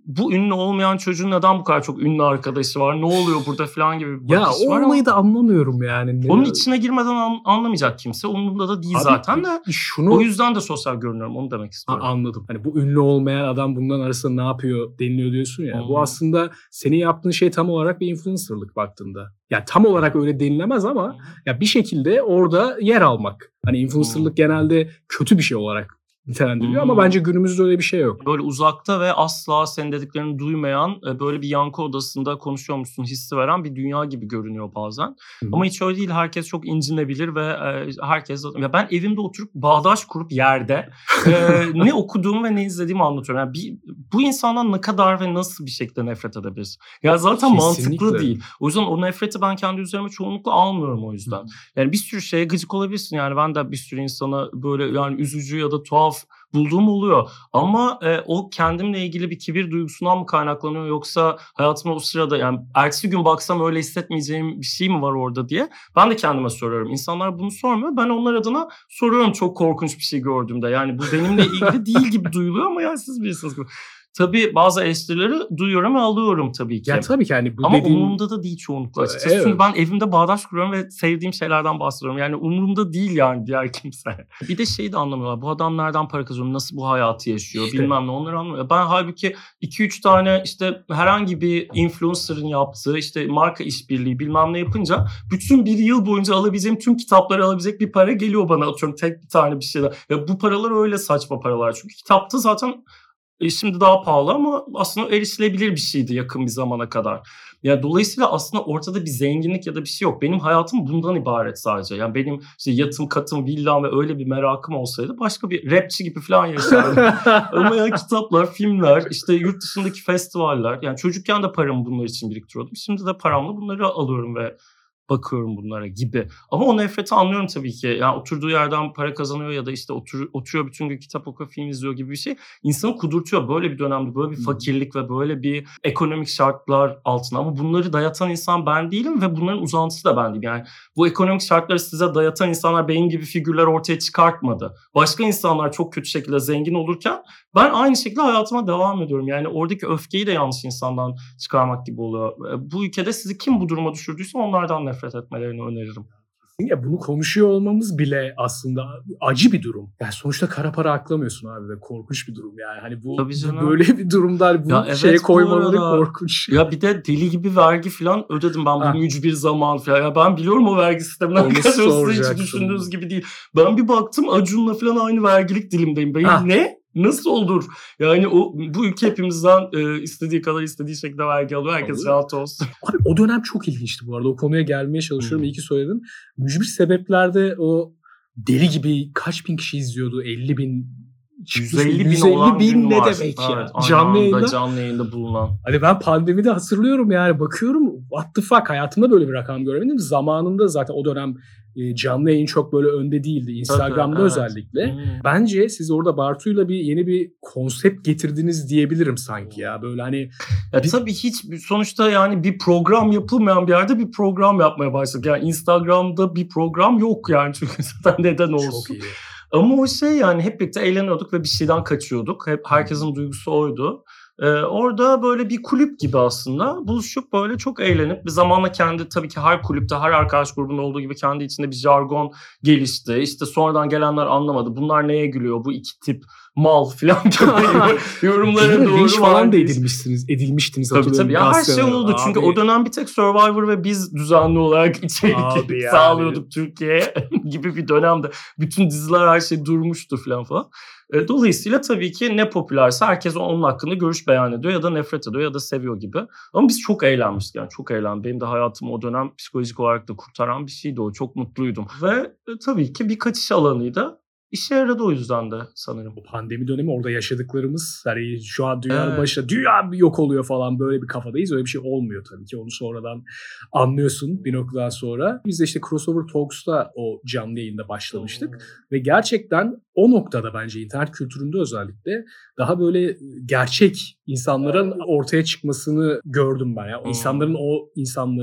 bu ünlü olmayan çocuğun neden bu kadar çok ünlü arkadaşı var? Ne oluyor burada falan gibi bir Ya bakış var olmayı ama da anlamıyorum yani. onun Ne- içine girmeden an- anlamayacak kimse. Umurumda da değil Abi, zaten de. şunu O yüzden de sosyal görünüyorum. Onu demek A- istiyorum. anladım. Hani bu ünlü olmayan adam bundan arasında ne yapıyor deniliyor diyorsun ya. Hı Bu hı. aslında senin yaptığın şey tam olarak bir influencerlık baktığında. Ya tam olarak öyle denilemez ama ya bir şekilde orada yer almak. Hani influencerlık genelde kötü bir şey olarak nitelendiriliyor ama Hı. bence günümüzde öyle bir şey yok. Böyle uzakta ve asla senin dediklerini duymayan, e, böyle bir yankı odasında konuşuyormuşsun hissi veren bir dünya gibi görünüyor bazen. Hı hı. Ama hiç öyle değil. Herkes çok incinebilir ve e, herkes... Ya ben evimde oturup bağdaş kurup yerde e, ne okuduğumu ve ne izlediğimi anlatıyorum. Yani bir, bu insandan ne kadar ve nasıl bir şekilde nefret edebiliriz? Ya zaten Kesinlikle. mantıklı değil. O yüzden o nefreti ben kendi üzerime çoğunlukla almıyorum o yüzden. Hı. Yani bir sürü şeye gıcık olabilirsin. Yani ben de bir sürü insana böyle yani üzücü ya da tuhaf bulduğum oluyor. Ama e, o kendimle ilgili bir kibir duygusundan mı kaynaklanıyor yoksa hayatımda o sırada yani ertesi gün baksam öyle hissetmeyeceğim bir şey mi var orada diye ben de kendime soruyorum. İnsanlar bunu sormuyor. Ben onlar adına soruyorum çok korkunç bir şey gördüğümde. Yani bu benimle ilgili değil gibi duyuluyor ama yani siz bilirsiniz. Tabii bazı eleştirileri duyuyorum ve alıyorum tabii ki. Ya tabii ki hani bu Ama dediğin... umurumda da değil çoğunlukla açıkçası. Evet. Çünkü ben evimde bağdaş kuruyorum ve sevdiğim şeylerden bahsediyorum. Yani umurumda değil yani diğer kimse. Bir de şeyi de anlamıyorlar. Bu adam nereden para kazanıyor? Nasıl bu hayatı yaşıyor? İşte. Bilmem ne onları anlamıyor. Ben halbuki iki üç tane işte herhangi bir influencer'ın yaptığı işte marka işbirliği bilmem ne yapınca bütün bir yıl boyunca alabileceğim tüm kitapları alabilecek bir para geliyor bana. Atıyorum tek bir tane bir şeyden. Ya bu paralar öyle saçma paralar. Çünkü kitapta zaten E, şimdi daha pahalı ama aslında erişilebilir bir şeydi yakın bir zamana kadar. Yani dolayısıyla aslında ortada bir zenginlik ya da bir şey yok. Benim hayatım bundan ibaret sadece. Yani benim işte yatım, katım, villam ve öyle bir merakım olsaydı başka bir rapçi gibi falan yaşardım. Ama yani kitaplar, filmler, işte yurt dışındaki festivaller. Yani çocukken de paramı bunlar için biriktiriyordum. Şimdi de paramla bunları alıyorum ve bakıyorum bunlara gibi. Ama o nefreti anlıyorum tabii ki. Yani oturduğu yerden para kazanıyor ya da işte otur, oturuyor bütün gün kitap okuyor, film izliyor gibi bir şey. İnsanı kudurtuyor. Böyle bir dönemde böyle bir Hı. fakirlik ve böyle bir ekonomik şartlar altında. Ama bunları dayatan insan ben değilim ve bunların uzantısı da ben değilim. Yani bu ekonomik şartları size dayatan insanlar benim gibi figürler ortaya çıkartmadı. Başka insanlar çok kötü şekilde zengin olurken ben aynı şekilde hayatıma devam ediyorum. Yani oradaki öfkeyi de yanlış insandan çıkarmak gibi oluyor. Bu ülkede sizi kim bu duruma düşürdüyse onlardan nefret etmelerini öneririm. Ya bunu konuşuyor olmamız bile aslında acı bir durum. Yani sonuçta kara para aklamıyorsun abi ve korkunç bir durum yani. Hani bu, Tabii bu canım. böyle bir durumda hani bu Ya evet, şeye bu koymaları arada- korkunç. Ya bir de deli gibi vergi falan ödedim ben Ha. bu mücbir zaman falan. Ya ben biliyorum o vergi sisteminden Onu kaçıyor. Siz hiç soracaktım. düşündüğünüz gibi değil. Ben bir baktım Acun'la falan aynı vergilik dilimdeyim. Ben Ha. ne? Nasıl olur? Yani o bu ülke hepimizden e, istediği kadar istediği şekilde vergi alıyor. Herkes Alıyor. rahat olsun. Abi o dönem çok ilginçti bu arada. O konuya gelmeye çalışıyorum. Hmm. İyi ki söyledin. Mücbir sebeplerde o deli gibi kaç bin kişi izliyordu? elli bin çıkmış. yüz elli bin yüz elli olan bin gün ne var. demek Evet, ya? aynı Canlı anda yayında. canlı yayında bulunan. Hani ben pandemide hatırlıyorum yani bakıyorum what the fuck hayatımda böyle bir rakam göremedim. Zamanında zaten o dönem e, canlı yayın çok böyle önde değildi. Instagram'da Tabii, evet. özellikle. Hmm. Bence siz orada Bartu'yla bir yeni bir konsept getirdiniz diyebilirim sanki ya. Böyle hani Ya Bir- tabii hiç sonuçta yani bir program yapılmayan bir yerde bir program yapmaya başladık. Yani Instagram'da bir program yok yani çünkü zaten neden olsun. çok iyi. Ama o şey yani hep birlikte eğleniyorduk ve bir şeyden kaçıyorduk. Hep herkesin duygusu oydu. Ee, orada böyle bir kulüp gibi aslında buluşup böyle çok eğlenip bir zamanla kendi tabii ki her kulüpte her arkadaş grubunda olduğu gibi kendi içinde bir jargon gelişti. İşte sonradan gelenler anlamadı. Bunlar neye gülüyor? Bu iki tip mal falan gibi yorumlara Doğru, doğru linç falan da vardı. edilmişsiniz, edilmiştiniz Tabii hatırlıyorum. tabii. Ya her şey gazetelerde. oldu. Çünkü Abi, o dönem bir tek Survivor ve biz düzenli olarak Abi içerik yani. sağlıyorduk Türkiye'ye gibi bir dönemde. Bütün diziler her şey durmuştu falan falan. E, Dolayısıyla tabii ki ne popülerse herkes onun hakkında görüş beyan ediyor ya da nefret ediyor ya da seviyor gibi. Ama biz çok eğlenmiştik yani çok eğlendim. Benim de hayatımı o dönem psikolojik olarak da kurtaran bir şeydi o. Çok mutluydum. Ve e, tabii ki bir kaçış alanıydı. İşe yaradı o yüzden de sanırım. o pandemi dönemi orada yaşadıklarımız hani şu an dünyanın Evet. başında dünya yok oluyor falan böyle bir kafadayız. Öyle bir şey olmuyor tabii ki. Onu sonradan anlıyorsun bir noktadan sonra. Biz de işte Crossover Talks'ta o canlı yayında başlamıştık. Ve gerçekten o noktada bence internet kültüründe özellikle daha böyle gerçek insanların ortaya çıkmasını gördüm ben. Yani Hmm. insanların o insanları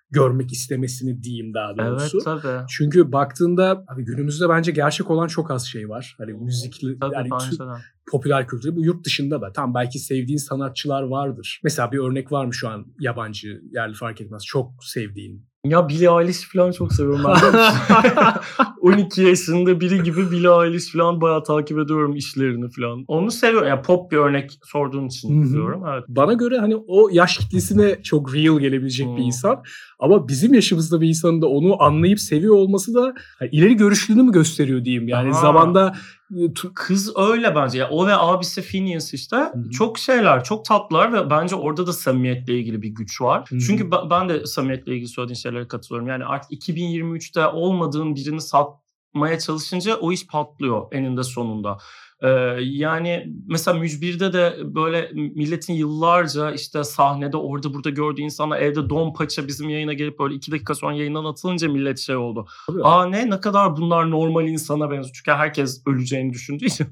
görmek istemesini diyeyim daha doğrusu. Evet tabii. Çünkü baktığında hani günümüzde bence gerçek olan çok az şey var. Hani müzikli Tabii yani bence tü- de. popüler kültürde, bu yurt dışında da tam belki sevdiğin sanatçılar vardır. Mesela bir örnek var mı şu an yabancı, yerli fark etmez, çok sevdiğin? Ya Billie Eilish falan çok seviyorum ben de. on iki yaşında biri gibi Billie Eilish falan bayağı takip ediyorum işlerini falan. Onu seviyorum. Yani pop bir örnek sorduğun için Hı hı. diyorum. Evet. Bana göre hani o yaş kitlesine çok real gelebilecek Hmm. bir insan. Ama bizim yaşımızda bir insanın da onu anlayıp seviyor olması da hani ileri görüşlülüğünü mü gösteriyor diyeyim. Yani Aha. zamanda Kız öyle bence. Ya o ve abisi Phineas işte Hı-hı. çok şeyler, çok tatlılar ve bence orada da samimiyetle ilgili bir güç var. Hı-hı. Çünkü ben de samimiyetle ilgili söylediğin şeylere katılıyorum. Yani artık iki bin yirmi üçte olmadığın birini satmaya çalışınca o iş patlıyor eninde sonunda. Ee, yani mesela Mücbir'de de böyle milletin yıllarca işte sahnede orada burada gördüğü insanlar evde don paça bizim yayına gelip böyle iki dakika sonra yayından atılınca millet şey oldu. Tabii. Aa ne ne kadar bunlar normal insana benziyor. Çünkü herkes öleceğini düşündüğü için.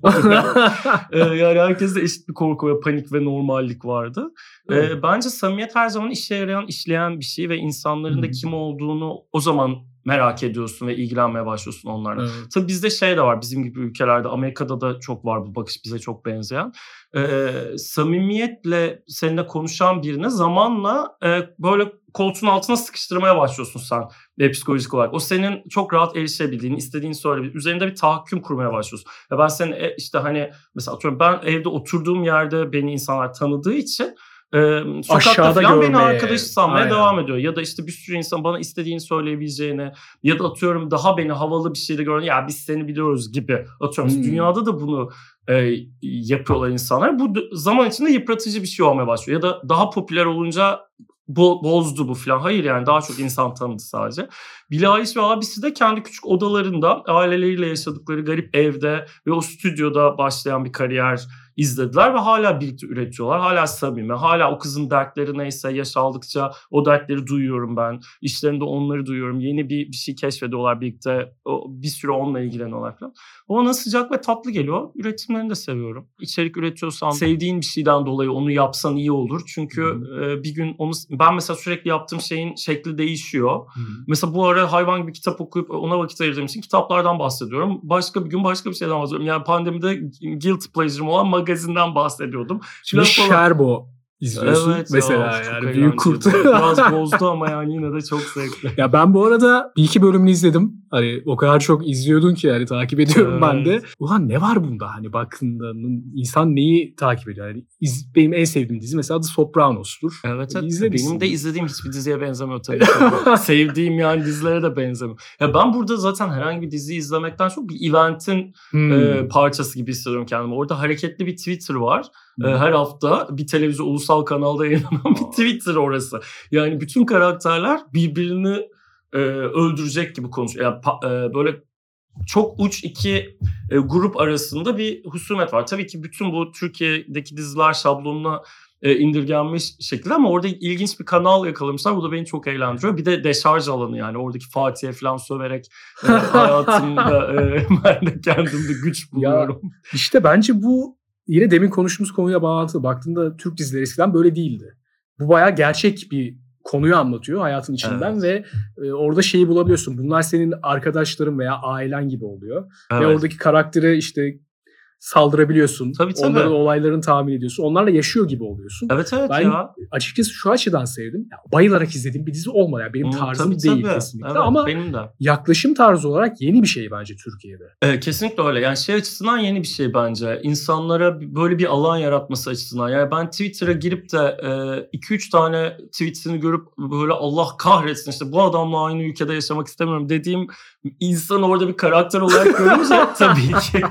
ee, yani herkeste eşit bir korku ve panik ve normallik vardı. Ee, bence samimiyet her zaman işe yarayan, işleyen bir şey ve insanların da kim olduğunu o zaman merak ediyorsun ve ilgilenmeye başlıyorsun onlarla. Evet. Tabii bizde şey de var, bizim gibi ülkelerde, Amerika'da da çok var bu bakış, bize çok benzeyen. Ee, samimiyetle seninle konuşan birine zamanla e, böyle koltuğun altına sıkıştırmaya başlıyorsun sen e, psikolojik olarak. O senin çok rahat erişebildiğin, istediğini söyleyebildiğin, üzerinde bir tahakküm kurmaya başlıyorsun. Ya ben senin e, işte hani mesela atıyorum ben evde oturduğum yerde beni insanlar tanıdığı için Ee, sokakta aşağıda falan görmeye, beni arkadaş sanmaya aynen, devam ediyor. Ya da işte bir sürü insan bana istediğini söyleyebileceğini ya da atıyorum daha beni havalı bir şeyde gören ya biz seni biliyoruz gibi. Atıyorum hmm. dünyada da bunu e, yapıyorlar insanlar. Bu zaman içinde yıpratıcı bir şey olmaya başlıyor. Ya da daha popüler olunca bo- bozdu bu falan. Hayır yani daha çok insan tanıdı sadece. Billie Eilish ve abisi de kendi küçük odalarında aileleriyle yaşadıkları garip evde ve o stüdyoda başlayan bir kariyer izlediler ve hala birlikte üretiyorlar. Hala samimi. Hala o kızın dertleri neyse yaş aldıkça o dertleri duyuyorum ben. İşlerinde onları duyuyorum. Yeni bir, bir şey keşfediyorlar birlikte. O, bir süre onunla ilgileniyorlar falan. O bana sıcak ve tatlı geliyor. Üretimlerini de seviyorum. İçerik üretiyorsan sevdiğin bir şeyden dolayı onu yapsan iyi olur. Çünkü e, bir gün onu ben mesela sürekli yaptığım şeyin şekli değişiyor. Hı-hı. Mesela bu ara hayvan gibi kitap okuyup ona vakit ayırdığım için kitaplardan bahsediyorum. Başka bir gün başka bir şeyden bahsediyorum. Yani pandemide guilty pleasure'ım olan magazinden bahsediyordum. Şimdi Sherbo izliyorsun evet mesela ya, yani Büyük Kurt. Biraz bozdu ama yani yine de çok zevkli. Ya ben bu arada bir iki bölümünü izledim. Hani o kadar çok izliyordun ki yani takip ediyorum evet. Ben de. Ulan ne var bunda hani baktığında insan neyi takip ediyor? Yani iz, benim en sevdiğim dizi mesela The Sopranos'tur. Evet evet. Benim de izlediğim hiçbir diziye benzemiyor tabii ki. Sevdiğim yani dizilere de benzemiyor. Ya ben burada zaten herhangi bir dizi izlemekten çok bir eventin hmm. e, parçası gibi hissediyorum kendimi. Orada hareketli bir Twitter var. Hmm. E, her hafta bir televizyon ulusal kanalda yayınlanan bir Twitter orası. Yani bütün karakterler birbirini e, öldürecek gibi konuşuyor. Yani, pa, e, böyle çok uç iki e, grup arasında bir husumet var. Tabii ki bütün bu Türkiye'deki diziler şablonuna e, indirgenmiş şekilde ama orada ilginç bir kanal yakalamışlar. Bu da beni çok eğlendiriyor. Bir de deşarj alanı yani oradaki Fatih'e falan söverek e, hayatımda e, ben de kendimde güç buluyorum. Ya işte bence bu yine demin konuştuğumuz konuya bağlantılı. Baktığında Türk dizileri eskiden böyle değildi. Bu bayağı gerçek bir konuyu anlatıyor hayatın içinden evet. Ve e, orada şeyi bulabiliyorsun. Bunlar senin arkadaşların veya ailen gibi oluyor. Evet. Ve oradaki karakteri işte saldırabiliyorsun. Tabii, tabii. Onların olaylarını tahmin ediyorsun. Onlarla yaşıyor gibi oluyorsun. Evet evet ben ya. Açıkçası şu açıdan sevdim. Ya, bayılarak izlediğim bir dizi olmadı. Yani benim hmm, tarzım tabii, değil tabii. Kesinlikle. Evet, ama benim de. Yaklaşım tarzı olarak yeni bir şey bence Türkiye'de. Evet, kesinlikle öyle. Yani şey açısından yeni bir şey bence. İnsanlara böyle bir alan yaratması açısından. Yani ben Twitter'a girip de iki üç tane tweetini görüp böyle Allah kahretsin işte bu adamla aynı ülkede yaşamak istemiyorum dediğim insan orada bir karakter olarak görünce tabii ki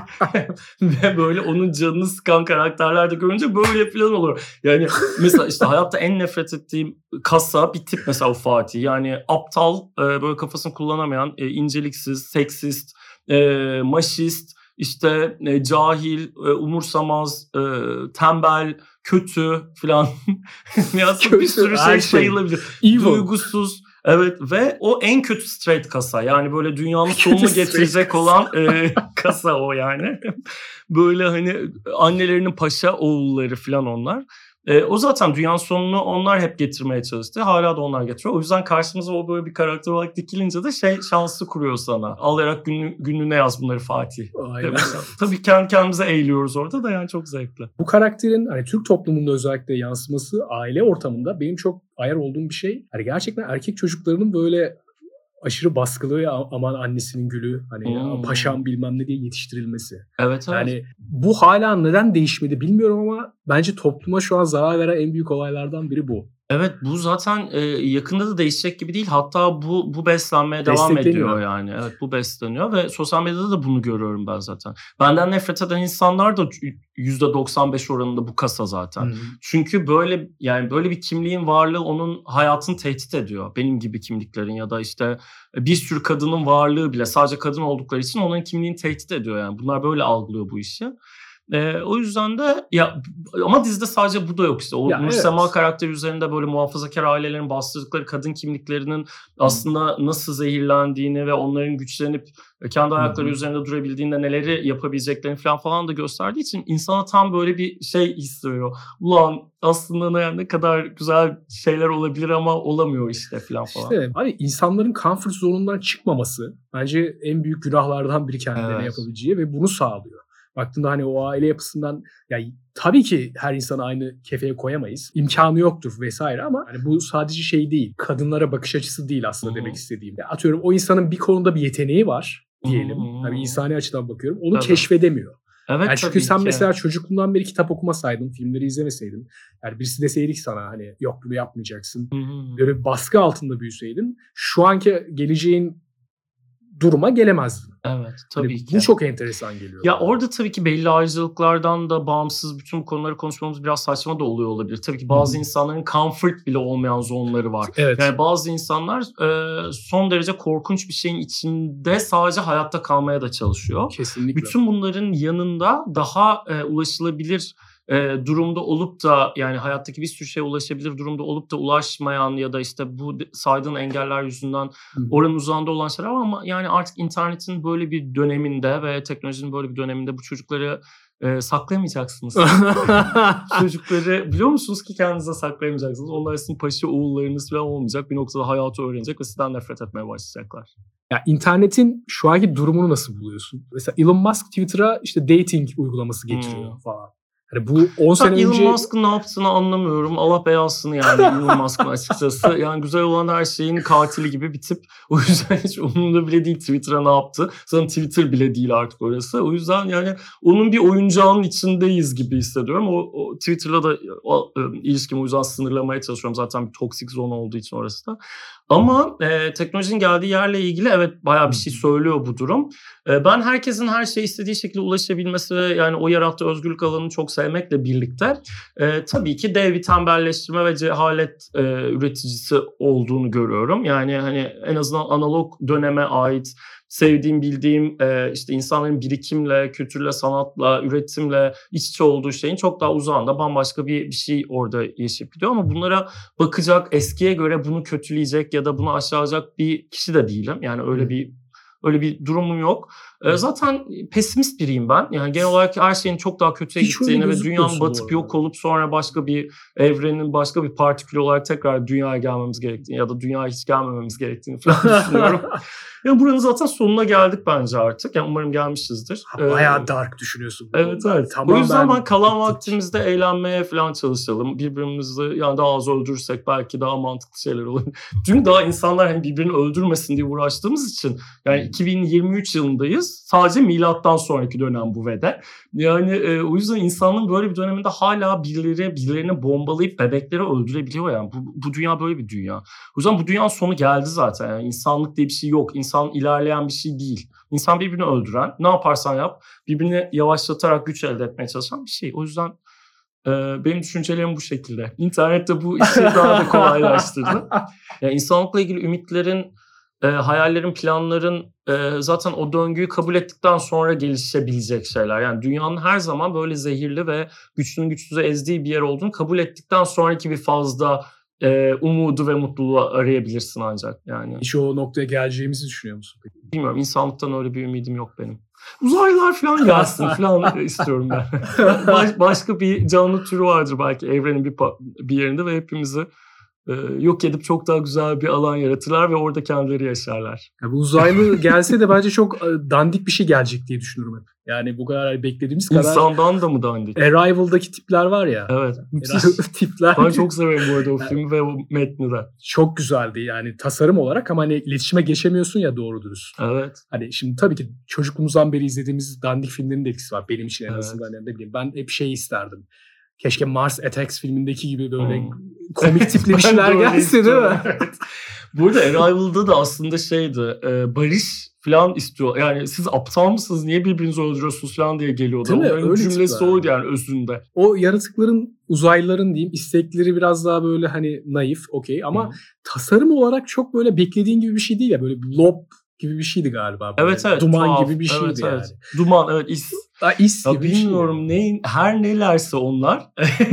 ve böyle onun canını sıkan karakterler de görünce böyle falan olur. Yani mesela işte hayatta en nefret ettiğim kasa bir tip mesela o Fatih. Yani aptal, böyle kafasını kullanamayan, inceliksiz, seksist, maşist, işte cahil, umursamaz, tembel, kötü falan. Aslında bir sürü şey sayılabilir. Duygusuz. Evet ve o en kötü straight kasa. Yani böyle dünyanın sonunu getirecek olan e, kasa o yani. Böyle hani annelerinin paşa oğulları falan onlar. E, o zaten dünyanın sonunu onlar hep getirmeye çalıştı. Hala da onlar getiriyor. O yüzden karşımıza o böyle bir karakter olarak dikilince de şey şansı kuruyor sana. Alarak günlü, günlüğüne yaz bunları Fatih. Aynen. Tabii kendi kendimize eğiliyoruz orada da yani çok zevkli. Bu karakterin hani Türk toplumunda özellikle yansıması aile ortamında benim çok ayar olduğum bir şey. Hani gerçekten erkek çocuklarının böyle aşırı baskılı ya aman annesinin gülü hani hmm. paşam bilmem ne diye yetiştirilmesi. Evet, evet. Yani bu hala neden değişmedi bilmiyorum ama bence topluma şu an zarar veren en büyük olaylardan biri bu. Evet, bu zaten e, yakında da değişecek gibi değil. Hatta bu bu beslenmeye devam ediyor yani. Evet, bu besleniyor ve sosyal medyada da bunu görüyorum ben zaten. Benden nefret eden insanlar da yüzde doksan beş oranında bu kasa zaten. Hmm. Çünkü böyle yani böyle bir kimliğin varlığı onun hayatını tehdit ediyor. Benim gibi kimliklerin ya da işte bir sürü kadının varlığı bile sadece kadın oldukları için onların kimliğini tehdit ediyor yani. Bunlar böyle algılıyor bu işi. Ee, o yüzden de ya ama dizide sadece bu da yok işte. O Nur evet. Sema karakteri üzerinde böyle muhafazakar ailelerin bastırdıkları kadın kimliklerinin aslında nasıl zehirlendiğini ve onların güçlenip kendi ayakları Hı-hı. üzerinde durabildiğinde neleri yapabileceklerini falan falan da gösterdiği için insana tam böyle bir şey hissediyor. Ulan aslında yani ne kadar güzel şeyler olabilir ama olamıyor işte falan falan. İşte abi insanların comfort zone'undan çıkmaması bence en büyük günahlardan biri kendilerine evet. yapabileceği ve bunu sağlıyor. Baktığında hani o aile yapısından yani tabii ki her insanı aynı kefeye koyamayız. İmkanı yoktur vesaire ama hani bu sadece şey değil. Kadınlara bakış açısı değil aslında hmm. demek istediğim. Yani atıyorum o insanın bir konuda bir yeteneği var diyelim. Hmm. Hani insani açıdan bakıyorum. Onu evet. keşfedemiyor. Evet, yani çünkü sen ki. mesela çocukluğundan beri kitap okumasaydın, filmleri izlemeseydin, yani birisi deseydi ki sana hani yok bunu yapmayacaksın. Hmm. Böyle bir baskı altında büyüseydin şu anki geleceğin duruma gelemezdin. Evet, tabii hani ki. Bu çok enteresan geliyor. Ya orada tabii ki belli ayrıcalıklardan da bağımsız bütün bu konuları konuşmamız biraz saçma da oluyor olabilir. Tabii ki bazı Hı-hı. insanların comfort bile olmayan zonları var. Evet. Yani bazı insanlar e, son derece korkunç bir şeyin içinde sadece hayatta kalmaya da çalışıyor. Kesinlikle. Bütün bunların yanında daha e, ulaşılabilir E, durumda olup da yani hayattaki bir sürü şeye ulaşabilir durumda olup da ulaşmayan ya da işte bu saydığın engeller yüzünden Hı. oranın uzağında olan şeyler var ama yani artık internetin böyle bir döneminde ve teknolojinin böyle bir döneminde bu çocukları e, saklayamayacaksınız. Çocukları biliyor musunuz ki kendinize saklayamayacaksınız. Onlar sizin paşa oğullarınız falan olmayacak. Bir noktada hayatı öğrenecek ve sizden nefret etmeye başlayacaklar. Ya internetin şu anki durumunu nasıl buluyorsun? Mesela Elon Musk Twitter'a işte dating uygulaması getiriyor hmm. falan. Yani bu on sene Elon önce... Elon Musk'ın ne yaptığını anlamıyorum. Allah belasını yani Elon Musk'ın açıkçası. Yani güzel olan her şeyin katili gibi bir tip. O yüzden hiç umurumda bile değil Twitter'a ne yaptı. Sanırım Twitter bile değil artık orası. O yüzden yani onun bir oyuncağının içindeyiz gibi hissediyorum. O, o Twitter'la da o, o, ilişkimi o yüzden sınırlamaya çalışıyorum. Zaten bir toksik zon olduğu için orası da. Ama e, teknolojinin geldiği yerle ilgili evet bayağı bir şey söylüyor bu durum. E, ben herkesin her şeye istediği şekilde ulaşabilmesi ve yani o yarattığı özgürlük alanını çok sevmekle birlikte e, tabii ki dev bir tembelleştirme ve cehalet e, üreticisi olduğunu görüyorum. Yani hani en azından analog döneme ait sevdiğim, bildiğim e, işte insanların birikimle, kültürle, sanatla, üretimle iç içe olduğu şeyin çok daha uzağında bambaşka bir, bir şey orada yaşayıp gidiyor. Ama bunlara bakacak, eskiye göre bunu kötüleyecek ya da bunu aşağılayacak bir kişi de değilim. Yani öyle bir öyle bir durumum yok. E, zaten pesimist biriyim ben. Yani genel olarak her şeyin çok daha kötüye Hiç gittiğini ve dünyanın batıp yok olup sonra başka bir evrenin başka bir partikülü olarak tekrar dünyaya gelmemiz gerektiğini ya da dünyaya hiç gelmememiz gerektiğini falan düşünüyorum. Yani buranın zaten sonuna geldik bence artık. Yani umarım gelmişizdir. Ha, bayağı ee, dark düşünüyorsun. Evet evet. Tamam, o yüzden ben kalan gittik. vaktimizde eğlenmeye falan çalışalım. Birbirimizi yani daha az öldürsek belki daha mantıklı şeyler olur. Çünkü daha insanlar hani birbirini öldürmesin diye uğraştığımız için yani iki bin yirmi üç yılındayız. Sadece milattan sonraki dönem bu ve de. Yani e, o yüzden insanlığın böyle bir döneminde hala birileri birilerini bombalayıp bebekleri öldürebiliyor yani. Bu, bu dünya böyle bir dünya. O yüzden bu dünyanın sonu geldi zaten. Yani insanlık diye bir şey yok. İnsan ilerleyen bir şey değil. İnsan birbirini öldüren, ne yaparsan yap, birbirini yavaşlatarak güç elde etmeye çalışan bir şey. O yüzden e, benim düşüncelerim bu şekilde. İnternet de bu işi daha da kolaylaştırdı. Yani insanlıkla ilgili ümitlerin, e, hayallerin, planların e, zaten o döngüyü kabul ettikten sonra gelişebilecek şeyler. Yani dünyanın her zaman böyle zehirli ve güçlünün güçsüzü ezdiği bir yer olduğunu kabul ettikten sonraki bir fazda e, umudu ve mutluluğu arayabilirsin ancak yani. Hiç o noktaya geleceğimizi düşünüyor musun peki? Bilmiyorum, insanlıktan öyle bir ümidim yok benim. Uzaylılar falan gelsin falan istiyorum ben. Baş, başka bir canlı türü vardır belki evrenin bir, bir yerinde ve hepimizi e, yok edip çok daha güzel bir alan yaratırlar ve orada kendileri yaşarlar. Ya bu uzaylı gelse de bence çok dandik bir şey gelecek diye düşünüyorum hep. Yani bu kadar beklediğimiz kadar. İnsandan da mı dandik? Arrival'daki tipler var ya. Evet. tipler. Ben çok severim bu arada o filmi ve o metni de. Çok güzeldi yani tasarım olarak ama hani iletişime geçemiyorsun ya doğru dürüst. Evet. Hani şimdi tabii ki çocukluğumuzdan beri izlediğimiz dandik filmlerin de etkisi var. Benim için en Evet. azından ne bileyim. Ben hep şey isterdim. Keşke Mars Attacks filmindeki gibi böyle hmm. komik tipli bir şeyler gelse değil mi? Evet. Burada Arrival'da da aslında şeydi, e, barış falan istiyor. Yani siz aptal mısınız, niye birbirinizi öldürüyorsunuz falan diye geliyordu. Değil mi? Onların Öyle cümlesi tipler. oydu yani özünde. O yaratıkların, uzaylıların diyeyim istekleri biraz daha böyle hani naif, okey ama Hı. tasarım olarak çok böyle beklediğin gibi bir şey değil ya. Böyle blob gibi bir şeydi galiba. Böyle. Evet evet. Duman tuhaf. gibi bir şeydi evet, yani. Evet. Duman evet is. Ha, is Ya gibi bir şey. bilmiyorum neyin her nelerse onlar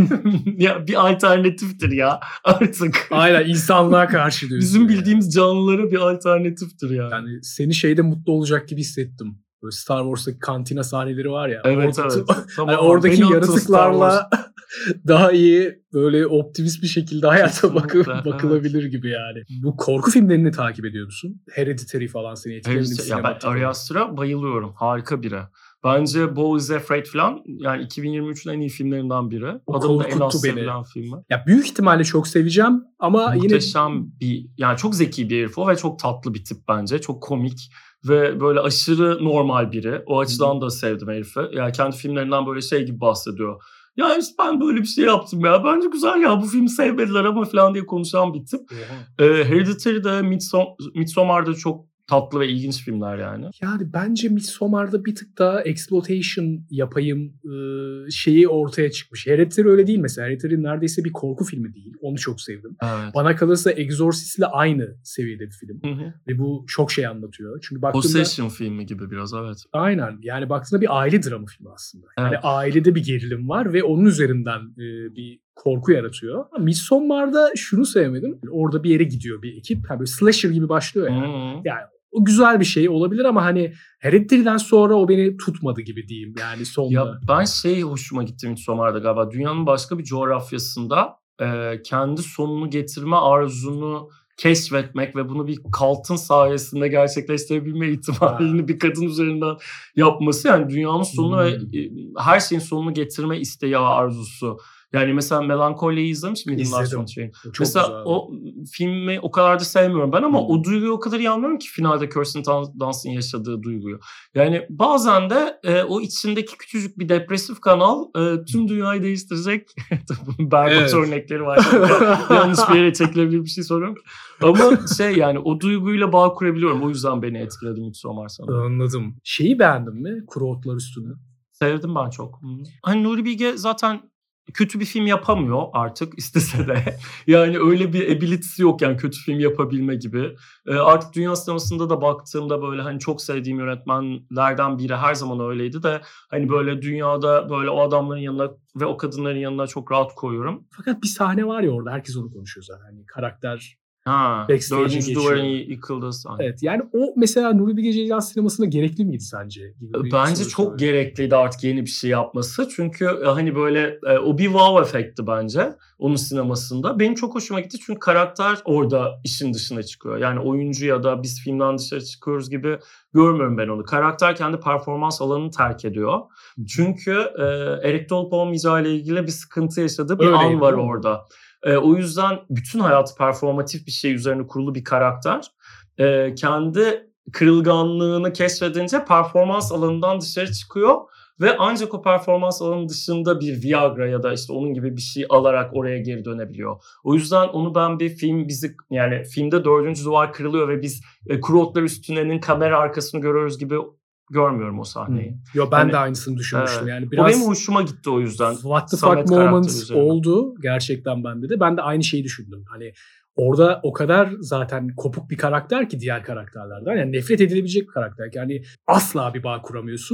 ya bir alternatiftir ya artık. Aynen insanlığa karşı diyorsun. Bizim yani. bildiğimiz canlılara bir alternatiftir yani. Yani seni şeyde mutlu olacak gibi hissettim. Böyle Star Wars'taki kantina sahneleri var ya. Evet orada, evet. Tamam, hani oradaki beni atın Star yaratıklarla daha iyi böyle optimist bir şekilde hayata bakı, Kesinlikle, bakılabilir evet. gibi yani. Bu korku filmlerini takip ediyor musun? Hereditary falan seni etkiledi mi? Hereditary- ya ben sinematik Ari olarak? Aster'a bayılıyorum. Harika biri. Bence Beau is Afraid falan yani iki bin yirmi üçün en iyi filmlerinden biri. O Adamın da en az korkuttu beni. sevilen filmi. Ya büyük ihtimalle çok seveceğim ama Muhteşem yine bir yani çok zeki bir herif o ve çok tatlı bir tip bence. Çok komik ve böyle aşırı normal biri. O açıdan da sevdim herifi. Yani kendi filmlerinden böyle şey gibi bahsediyor. Ya işte ben böyle bir şey yaptım ya. Bence güzel ya bu filmi sevmediler ama falan diye konuşan bir tip. Ee, Hereditary'de, Midsom- Midsommar'da çok tatlı ve ilginç filmler yani. yani bence Midsommar'da bir tık daha exploitation yapayım ıı, şeyi ortaya çıkmış. Hereditary öyle değil mesela. Hereditary neredeyse bir korku filmi değil. Onu çok sevdim. Evet. Bana kalırsa Exorcist'le aynı seviyede bir film. Hı hı. Ve bu çok şey anlatıyor. Çünkü baktığında Possession filmi gibi biraz evet. aynen yani baktığında bir aile dramı filmi aslında. Yani Evet. ailede bir gerilim var ve onun üzerinden e, bir korku yaratıyor. Midsommar'da şunu sevmedim. Orada bir yere gidiyor bir ekip. Yani böyle slasher gibi başlıyor yani. Hı-hı. Yani o güzel bir şey olabilir ama hani Hereditary'den sonra o beni tutmadı gibi diyeyim yani sonunda. Ya ben şey hoşuma gitti Midsommar'da galiba. Dünyanın başka bir coğrafyasında e, kendi sonunu getirme arzunu keşfetmek ve bunu bir kaltın sayesinde gerçekleştirebilme ihtimalini bir kadın üzerinden yapması. Yani dünyanın sonunu Hmm. ve e, her şeyin sonunu getirme isteği ve arzusu. Yani mesela Melankoli'yi izlemiş miydin? İzledim. Lars von Trier'in? O çok Mesela güzeldi. o filmi o kadar da sevmiyorum ben ama Hmm. o duyguyu o kadar iyi anlıyorum ki finalde Kirsten Dunst'ın yaşadığı duyguyu. Yani bazen de e, o içindeki küçücük bir depresif kanal e, tüm dünyayı değiştirecek. Berbat Evet. örnekleri var. Yanlış bir yere çekilebilir bir şey soruyorum. Ama şey yani o duyguyla bağ kurabiliyorum. O yüzden beni etkiledi Midsommar sanırım. Anladım. Şeyi beğendin mi? Kuru Otlar Üstüne. Sevdim ben çok. Hı-hı. Hani Nuri Bilge zaten kötü bir film yapamıyor artık istese de. Yani öyle bir ability'si yok yani kötü film yapabilme gibi. Ee, artık dünya sinemasında da baktığımda böyle hani çok sevdiğim yönetmenlerden biri her zaman öyleydi de hani böyle dünyada böyle o adamların yanına ve o kadınların yanına çok rahat koyuyorum. Fakat bir sahne var ya orada herkes onu konuşuyor zaten. Hani karakter Ha, backstage'e dördüncü geçiyor. duvarın yıkıldığı sahne. Evet yani o mesela Nuri Bilge Ceylan sinemasında gerekli miydi sence? Gibi bir Bence soru çok soruyorum. gerekliydi artık yeni bir şey yapması. Çünkü hani böyle e, o bir wow efekti bence onun sinemasında. Benim çok hoşuma gitti çünkü karakter orada işin dışına çıkıyor. Yani oyuncu ya da biz filmden dışarı çıkıyoruz gibi görmüyorum ben onu. Karakter kendi performans alanını terk ediyor. Çünkü e, erekte olup olmayacağı ile ilgili bir sıkıntı yaşadığı bir Öyleydi, an var değil mi? orada. E, o yüzden bütün hayatı performatif bir şey üzerine kurulu bir karakter. E, kendi kırılganlığını keşfedince performans alanından dışarı çıkıyor ve ancak o performans alanının dışında bir Viagra ya da işte onun gibi bir şey alarak oraya geri dönebiliyor. O yüzden onu ben bir film bizi yani filmde dördüncü duvar kırılıyor ve biz e, Kuru Otlar Üstüne'nin kamera arkasını görüyoruz gibi görmüyorum o sahneyi. Hmm. Yo ben Yani, de aynısını düşünmüştüm. Evet. Yani biraz O benim hoşuma gitti o yüzden. what the Samet fuck karakteri moments üzerine. oldu gerçekten bende de. Ben de aynı şeyi düşündüm. Hani orada o kadar zaten kopuk bir karakter ki diğer karakterlerden. Yani nefret edilebilecek bir karakter. Yani asla bir bağ kuramıyorsun.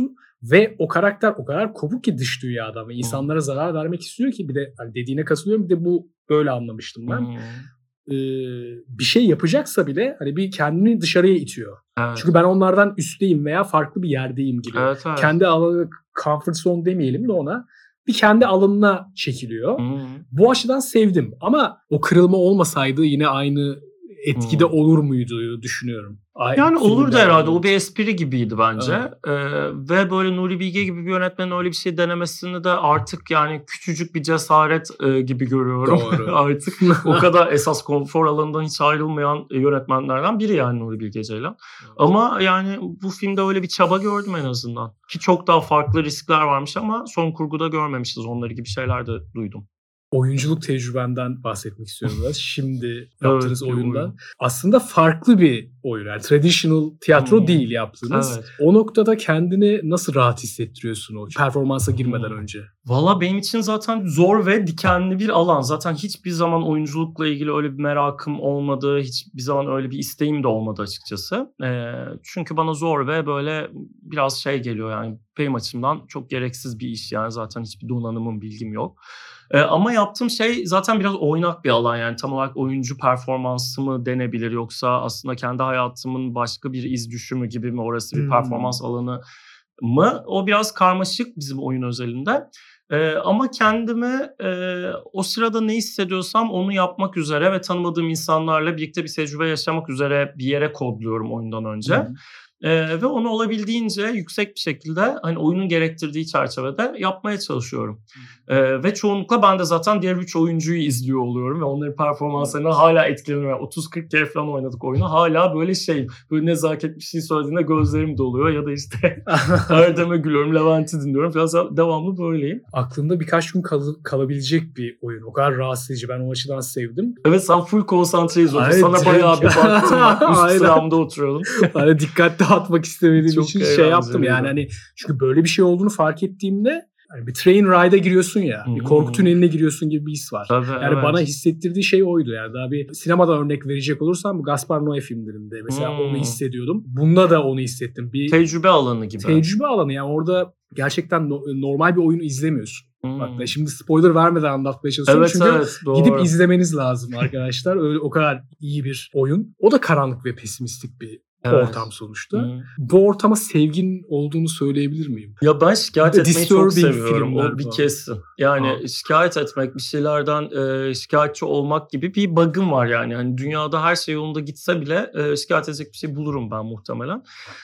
Ve o karakter o kadar kopuk ki dış dünyadan ve insanlara zarar vermek istiyor ki bir de hani dediğine katılıyorum bir de bu böyle anlamıştım ben. Hmm. Ee, bir şey yapacaksa bile hani bir kendini dışarıya itiyor. Evet. Çünkü ben onlardan üstteyim veya farklı bir yerdeyim gibi. Evet, evet. Kendi alanı comfort zone demeyelim de ona bir kendi alanına çekiliyor. Hmm. Bu açıdan sevdim ama o kırılma olmasaydı yine aynı etkide Hmm. olur muydu düşünüyorum. Ay, Yani olurdu filmden herhalde. yani. O bir espri gibiydi bence. Evet. Ee, ve böyle Nuri Bilge gibi bir yönetmenin öyle bir şey denemesini de artık yani küçücük bir cesaret e, gibi görüyorum. Doğru. Artık o kadar esas konfor alanından hiç ayrılmayan yönetmenlerden biri yani Nuri Bilge Ceylan. Evet. Ama yani bu filmde öyle bir çaba gördüm en azından. Ki çok daha farklı riskler varmış ama son kurguda görmemişiz onları gibi şeyler de duydum. Oyunculuk tecrübenden bahsetmek istiyorum biraz. Şimdi yaptığınız Evet, oyundan. oyun. Aslında farklı bir oyun. Yani traditional tiyatro Hmm. değil yaptığınız. Evet. O noktada kendini nasıl rahat hissettiriyorsun o performansa girmeden Hmm. önce? Valla benim için zaten zor ve dikenli bir alan. Zaten hiçbir zaman oyunculukla ilgili öyle bir merakım olmadı. Hiçbir zaman öyle bir isteğim de olmadı açıkçası. Ee, çünkü bana zor ve böyle biraz şey geliyor yani benim açımdan çok gereksiz bir iş yani zaten hiçbir donanımım, bilgim yok. Ee, ama yaptığım şey zaten biraz oynak bir alan yani tam olarak oyuncu performansı mı denebilir yoksa aslında kendi hayatımın başka bir iz düşümü gibi mi orası bir Hmm. performans alanı mı? O biraz karmaşık bizim oyun özelinde. Ee, ama kendimi e, o sırada ne hissediyorsam onu yapmak üzere ve tanımadığım insanlarla birlikte bir tecrübe yaşamak üzere bir yere kodluyorum oyundan önce. Hmm. Ee, ve onu olabildiğince yüksek bir şekilde hani oyunun gerektirdiği çerçevede yapmaya çalışıyorum. Ee, ve çoğunlukla ben de zaten diğer üç oyuncuyu izliyor oluyorum ve onların performanslarına hala etkileniyorum. otuz kırk kere falan oynadık oyunu. Hala böyle şey, böyle nezaket bir şey söylediğinde gözlerim doluyor ya da işte Erdem'e gülüyorum, Levent'i dinliyorum. Biraz devamlı böyleyim. Aklında birkaç gün kal- kalabilecek bir oyun. O kadar rahatsız edici. Ben o açıdan sevdim. Evet sen full konsantre izliyordun. Evet, Sana direkt. bayağı bir baktım ben. Üst Aynen. sıramda oturuyordum. Hani dikkat dağıtmak istemediğim Çok için şey yaptım eğlenceliydi. yani hani çünkü böyle bir şey olduğunu fark ettiğimde hani bir train ride'a giriyorsun ya, bir korku Hmm. tüneline giriyorsun gibi bir his var. Tabii, Yani evet. bana hissettirdiği şey oydu yani. Daha bir sinemadan örnek verecek olursam bu Gaspar Noé filmlerinde mesela Hmm. onu hissediyordum. Bunda da onu hissettim. Bir Tecrübe alanı gibi. tecrübe alanı yani orada gerçekten no- normal bir oyunu izlemiyorsun. Hmm. Bak ben şimdi spoiler vermeden anlatmaya çalışıyorum Evet çünkü evet doğru. gidip izlemeniz lazım arkadaşlar. Öyle o kadar iyi bir oyun. O da karanlık ve pesimistik bir Evet. ortam sonuçta. Hmm. Bu ortama sevgin olduğunu söyleyebilir miyim? Ya ben şikayet Bir de etmeyi çok disturbing seviyorum. filmler O bir falan. kesin. Yani Ha. şikayet etmek, bir şeylerden e, şikayetçi olmak gibi bir bug'ım var yani. Hani dünyada her şey yolunda gitse bile e, şikayet edecek bir şey bulurum ben muhtemelen.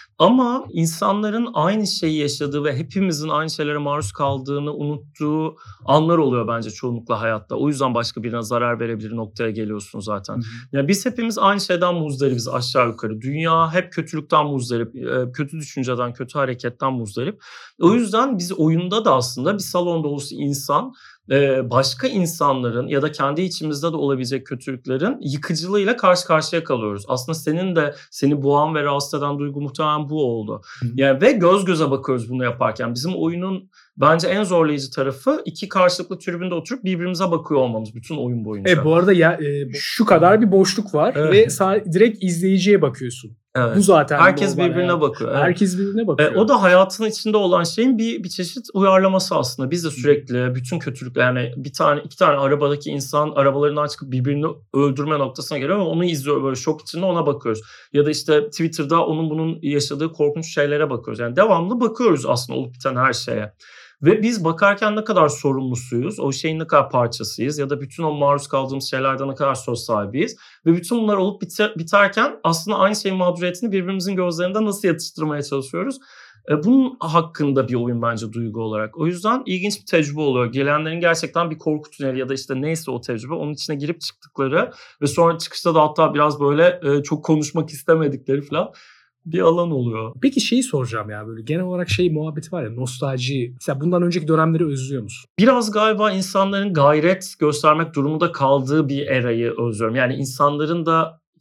Ama insanların aynı şeyi yaşadığı ve hepimizin aynı şeylere maruz kaldığını unuttuğu anlar oluyor bence çoğunlukla hayatta. O yüzden başka birine zarar verebilir noktaya geliyorsun zaten. Hı hı. Yani biz hepimiz aynı şeyden muzdaribiz aşağı yukarı. Dünya hep kötülükten muzdarip, e, kötü düşünceden, kötü hareketten muzdarip. O yüzden biz oyunda da aslında bir salon dolusu insan e, başka insanların ya da kendi içimizde de olabilecek kötülüklerin yıkıcılığıyla karşı karşıya kalıyoruz. Aslında senin de seni boğan ve rahatsız eden duygu muhtemelen bu oldu. Hı hı. Yani ve göz göze bakıyoruz bunu yaparken. Bizim oyunun bence en zorlayıcı tarafı iki karşılıklı tribünde oturup birbirimize bakıyor olmamız bütün oyun boyunca. E bu arada ya e, şu kadar bir boşluk var Evet. ve sa- direkt izleyiciye bakıyorsun. Evet. Bu zaten Herkes normal birbirine hayat. bakıyor. Evet. Herkes birbirine E, bakıyor. o da hayatın içinde olan şeyin bir bir çeşit uyarlaması aslında. Biz de sürekli bütün kötülükler yani bir tane iki tane arabadaki insan arabalarından çıkıp birbirini öldürme noktasına geliyor ve onu izliyor böyle şok içinde ona bakıyoruz. Ya da işte Twitter'da onun bunun yaşadığı korkunç şeylere bakıyoruz. Yani devamlı bakıyoruz aslında olup biten her şeye. Ve biz bakarken ne kadar sorumlusuyuz, o şeyin ne kadar parçasıyız ya da bütün o maruz kaldığımız şeylerden ne kadar söz sahibiyiz. Ve bütün bunlar olup biter, biterken aslında aynı şeyin mağduriyetini birbirimizin gözlerinde nasıl yatıştırmaya çalışıyoruz? E, bunun hakkında bir oyun bence duygu olarak. O yüzden ilginç bir tecrübe oluyor. Gelenlerin gerçekten bir korku tüneli ya da işte neyse o tecrübe onun içine girip çıktıkları ve sonra çıkışta da hatta biraz böyle e, çok konuşmak istemedikleri falan bir alan oluyor. Peki şeyi soracağım ya böyle genel olarak şey muhabbeti var ya nostalji. Mesela bundan önceki dönemleri özlüyor musun? Biraz galiba insanların gayret göstermek durumunda kaldığı bir erayı özlüyorum. Yani insanların da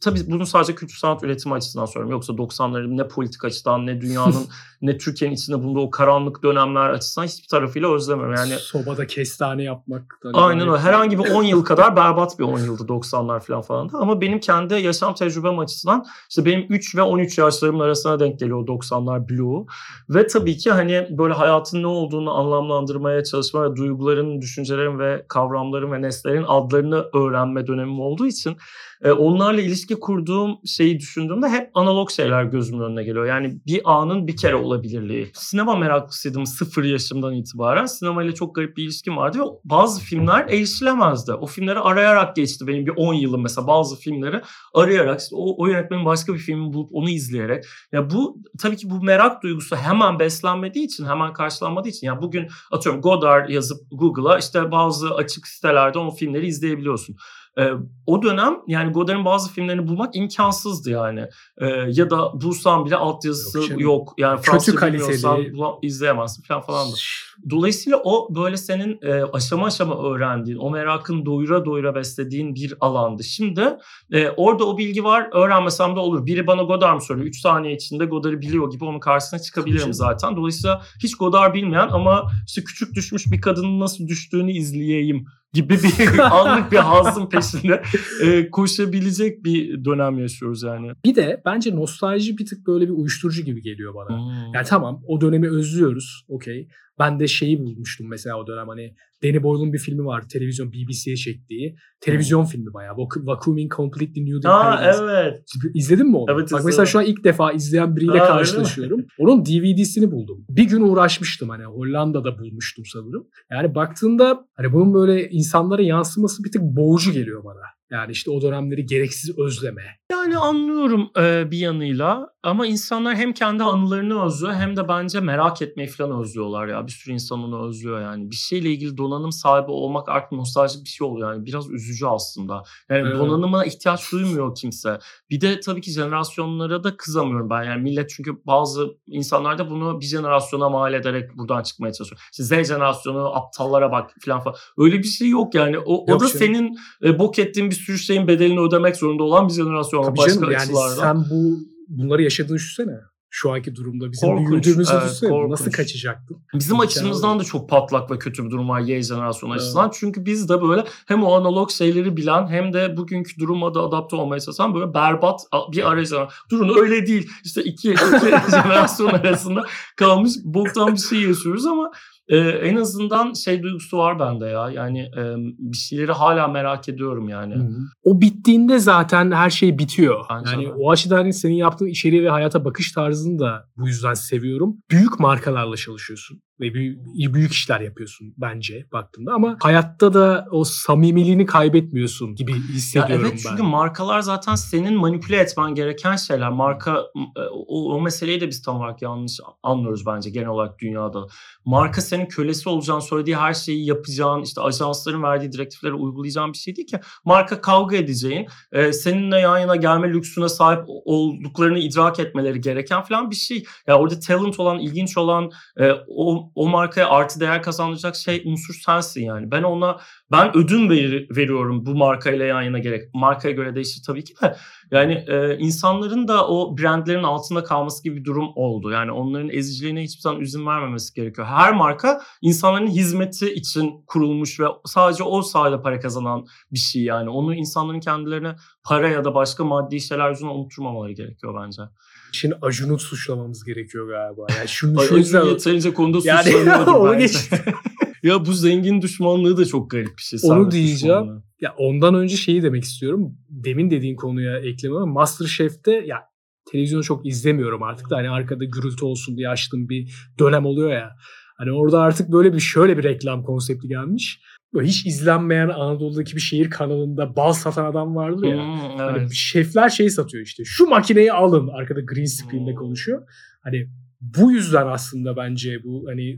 tabii bunu sadece kültür sanat üretimi açısından söylüyorum. Yoksa doksanların ne politik açıdan ne dünyanın ne Türkiye'nin içinde bulunduğu o karanlık dönemler açısından hiçbir tarafıyla özlemiyorum. Yani sobada kestane yapmak. Aynen öyle. Herhangi bir on yıl kadar berbat bir on yıldı doksanlar falan falan da. Ama benim kendi yaşam tecrübem açısından işte benim üç ve on üç yaşlarımın arasına denk geliyor doksanlar Blue. Ve tabii ki hani böyle hayatın ne olduğunu anlamlandırmaya çalışma ve duyguların, düşüncelerin ve kavramların ve nesnelerin adlarını öğrenme dönemim olduğu için onlarla ilişki kurduğum şeyi düşündüğümde hep analog şeyler gözümün önüne geliyor. Yani bir anın bir kere olabilirliği. Sinema meraklısıydım sıfır yaşımdan itibaren. Sinemayla çok garip bir ilişkim vardı ve bazı filmler erişilemezdi. O filmleri arayarak geçti benim bir on yılım mesela, bazı filmleri arayarak, işte o, o yönetmenin başka bir filmi bulup onu izleyerek. Ya bu tabii ki bu merak duygusu hemen beslenmediği için, hemen karşılanmadığı için. Yani bugün atıyorum Godard yazıp Google'a işte bazı açık sitelerde o filmleri izleyebiliyorsun. Ee, o dönem yani Godard'ın bazı filmlerini bulmak imkansızdı yani. Ee, ya da bulsam bile altyazısı yok. yok. Yani kötü kaliteli izleyemezsin falan falan da. Dolayısıyla o böyle senin e, aşama aşama öğrendiğin, o merakın doyura doyura beslediğin bir alandı. Şimdi e, orada o bilgi var, öğrenmesem de olur. Biri bana Godard mı soruyor? üç saniye içinde Godard'ı biliyor gibi onun karşısına çıkabilirim zaten. Dolayısıyla hiç Godard bilmeyen ama işte küçük düşmüş bir kadının nasıl düştüğünü izleyeyim gibi bir anlık bir hazın peşinde e, koşabilecek bir dönem yaşıyoruz yani. Bir de bence nostalji bir tık böyle bir uyuşturucu gibi geliyor bana. Hmm. Yani tamam, o dönemi özlüyoruz. Okey. Ben de şeyi bulmuştum mesela o dönem, hani Danny Boyle'un bir filmi vardı, televizyon B B C'ye çektiği. Televizyon hmm. filmi bayağı. Vacuuming Completely Nude in Paradise. Evet. İzledin mi onu? Evet, bak mesela şu an ilk defa izleyen biriyle ha, karşılaşıyorum. Onun D V D'sini buldum. Bir gün uğraşmıştım, hani Hollanda'da bulmuştum sanırım. Yani baktığında hani bunun böyle insanlara yansıması bir tık boğucu geliyor bana. Yani işte o dönemleri gereksiz özleme. Yani anlıyorum e, bir yanıyla ama insanlar hem kendi anılarını özlüyor hem de bence merak etmeyi falan özlüyorlar ya. Bir sürü insan onu özlüyor yani. Bir şeyle ilgili donanım sahibi olmak artık nostaljik bir şey oluyor yani. Biraz üzücü aslında. Yani evet. Donanıma ihtiyaç duymuyor kimse. Bir de tabii ki jenerasyonlara da kızamıyorum ben. Yani millet, çünkü bazı insanlar da bunu bir jenerasyona mal ederek buradan çıkmaya çalışıyor. İşte Z jenerasyonu aptallara bak falan falan. Öyle bir şey yok yani. O, yok o da canım. Senin e, bok ettiğin bir sürü şeyin bedelini ödemek zorunda olan bir jenerasyon. Tabii başka canım, yani sen bu bunları yaşadığını düşünsene. Şu anki durumda bizim korkunç, büyüdüğümüzü evet, düşünsene. Korkunç. Nasıl kaçacaktın? Bizim İmkanı açımızdan da çok patlak ve kötü bir durum var Y jenerasyonu evet. açısından. Çünkü biz de böyle hem o analog şeyleri bilen hem de bugünkü duruma da adapte olmaya çalışan böyle berbat bir ara jenerasyon. Durun öyle değil. İşte iki, iki jenerasyon arasında kalmış boktan bir şey yaşıyoruz ama Ee, en azından şey duygusu var bende ya. Yani e, bir şeyleri hala merak ediyorum yani. Hı-hı. O bittiğinde zaten her şey bitiyor. Bence yani de. O açıdan senin yaptığın içeriğe ve hayata bakış tarzını da bu yüzden seviyorum. Büyük markalarla çalışıyorsun ve büyük, büyük işler yapıyorsun bence baktığında ama hayatta da o samimiliğini kaybetmiyorsun gibi hissediyorum ya evet, ben. Çünkü markalar zaten senin manipüle etmen gereken şeyler. Marka o, o meseleyi de biz tam olarak yanlış anlıyoruz bence genel olarak dünyada. Marka senin kölesi olacağını, söylediği her şeyi yapacağın, işte ajansların verdiği direktifleri uygulayacağın bir şey değil ki. Marka kavga edeceğin, e, seninle yan yana gelme lüksüne sahip olduklarını idrak etmeleri gereken falan bir şey. Yani orada talent olan, ilginç olan, e, o, o markaya artı değer kazandıracak şey unsur sensin yani. Ben ona ben ödün ver, veriyorum bu markayla yan yana gerek. Markaya göre değişir tabii ki de. Yani e, insanların da o brandlerin altında kalması gibi bir durum oldu. Yani onların eziciliğine hiçbir zaman izin vermemesi gerekiyor. Her marka insanların hizmeti için kurulmuş ve sadece o sayede para kazanan bir şey yani. Onu insanların kendilerine para ya da başka maddi şeyler yüzünden unutturmamaları gerekiyor bence. Şimdi Acun'u suçlamamız gerekiyor galiba. Yani şunu şu yüzden yeterince konuda yani, suçlanıyordur bence. Ya bu zengin düşmanlığı da çok garip bir şey. Onu diyeceğim. Düşmanlığı. Ya ondan önce şeyi demek istiyorum. Demin dediğin konuya ekleme ama MasterChef'te ya televizyonu çok izlemiyorum artık da hani arkada gürültü olsun diye açtığım bir dönem oluyor ya. Hani orada artık böyle bir şöyle bir reklam konsepti gelmiş. Böyle hiç izlenmeyen Anadolu'daki bir şehir kanalında bal satan adam vardır ya. Hmm, evet. Hani şefler şey satıyor işte. Şu makineyi alın. Arkada green screen'de hmm. konuşuyor. Hani bu yüzden aslında bence bu hani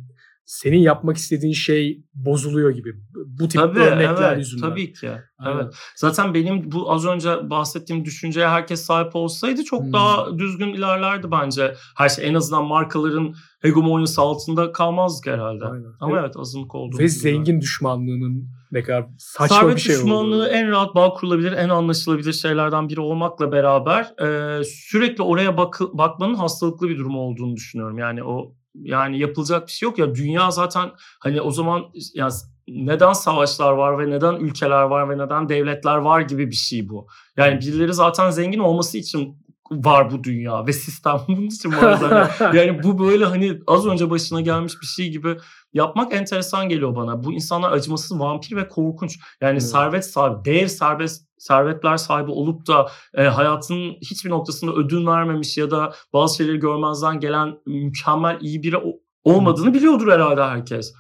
senin yapmak istediğin şey bozuluyor gibi. Bu tip Tabii, örnekler evet, yüzünden. tabii ki. Aynen. Evet. Zaten benim bu az önce bahsettiğim düşünceye herkes sahip olsaydı çok Hmm. daha düzgün ilerlerdi bence. Her şey en azından markaların hegemonyası altında kalmazdık herhalde. Aynen. Ama Ve- evet azınlık olduğunu Ve biliyorum. zengin düşmanlığının ne kadar saçma Servet bir şey düşmanlığı olduğu. en rahat bağ kurulabilir, en anlaşılabilir şeylerden biri olmakla beraber e, sürekli oraya bak- bakmanın hastalıklı bir durum olduğunu düşünüyorum. Yani o yani yapılacak bir şey yok ya, dünya zaten hani o zaman ya neden savaşlar var ve neden ülkeler var ve neden devletler var gibi bir şey bu. Yani birileri zaten zengin olması için var bu dünya ve sistem bunun için var zaten. Yani bu böyle hani az önce başına gelmiş bir şey gibi yapmak enteresan geliyor bana. Bu insanlar acımasız, vampir ve korkunç. Yani Evet. servet sahibi, değer serbest servetler sahibi olup da e, hayatının hiçbir noktasında ödün vermemiş ya da bazı şeyleri görmezden gelen mükemmel iyi biri o- olmadığını biliyordur herhalde herkes.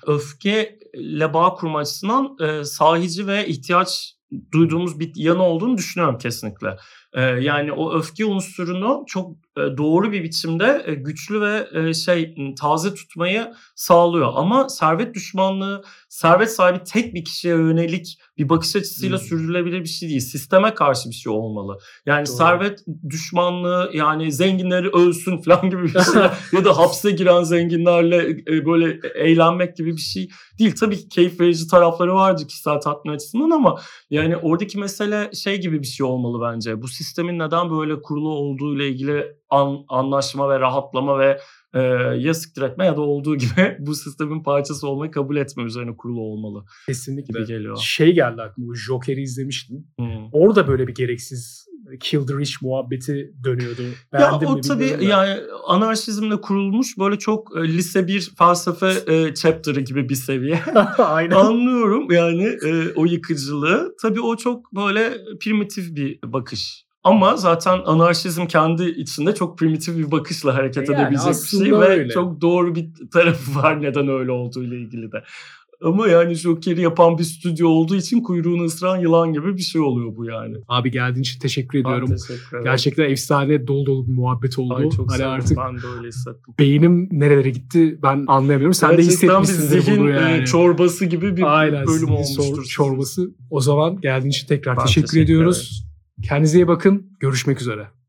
Öfkeyle bağ kurma açısından e, sahici ve ihtiyaç duyduğumuz bir yanı olduğunu düşünüyorum kesinlikle. E, yani o öfke unsurunu çok e, doğru bir biçimde e, güçlü ve e, şey taze tutmayı sağlıyor. Ama servet düşmanlığı, servet sahibi tek bir kişiye yönelik bir bakış açısıyla Hmm. sürdürülebilir bir şey değil. Sisteme karşı bir şey olmalı. Yani Doğru. servet düşmanlığı, yani zenginleri ölsün falan gibi bir şey ya da hapse giren zenginlerle e, böyle eğlenmek gibi bir şey değil. Tabii ki keyif verici tarafları vardır kişisel tatmin açısından ama yani oradaki mesele şey gibi bir şey olmalı bence. Bu sistemin neden böyle kurulu olduğu ile ilgili an, anlaşma ve rahatlama ve e, ya siktir etme ya da olduğu gibi bu sistemin parçası olmayı kabul etme üzerine kurulu olmalı Kesinlikle. gibi geliyor. Şey geldi aklıma. Joker'i izlemiştim. Hmm. Orada böyle bir gereksiz kill the rich muhabbeti dönüyordu. Ya Beğendin o mi tabii bilmiyorum da. yani anarşizmle kurulmuş böyle çok e, lise bir felsefe e, chapter'ı gibi bir seviye. Aynen. Anlıyorum yani e, o yıkıcılığı. Tabii o çok böyle primitif bir bakış. Ama zaten anarşizm kendi içinde çok primitif bir bakışla hareket Yani edebilecek bir şey aslında ve öyle. çok doğru bir tarafı var neden öyle olduğu ile ilgili de. Ama yani Joker'i yapan bir stüdyo olduğu için kuyruğunu ısıran yılan gibi bir şey oluyor bu yani. Abi geldiğin için teşekkür Ben ediyorum. teşekkür ederim. Gerçekten efsane dolu dolu bir muhabbet oldu. Ay çok hani sağ olun. artık Ben de öyle hissettim. beynim nerelere gitti ben anlayamıyorum. Sen de Gerçekten bir hissetmişsindir zihin bunu e, yani. çorbası gibi bir Aynen. bölüm zihin olmuştur. sor- çorbası. O zaman geldiğin için tekrar Ben teşekkür, teşekkür ediyoruz. Kendinize iyi bakın. Görüşmek üzere.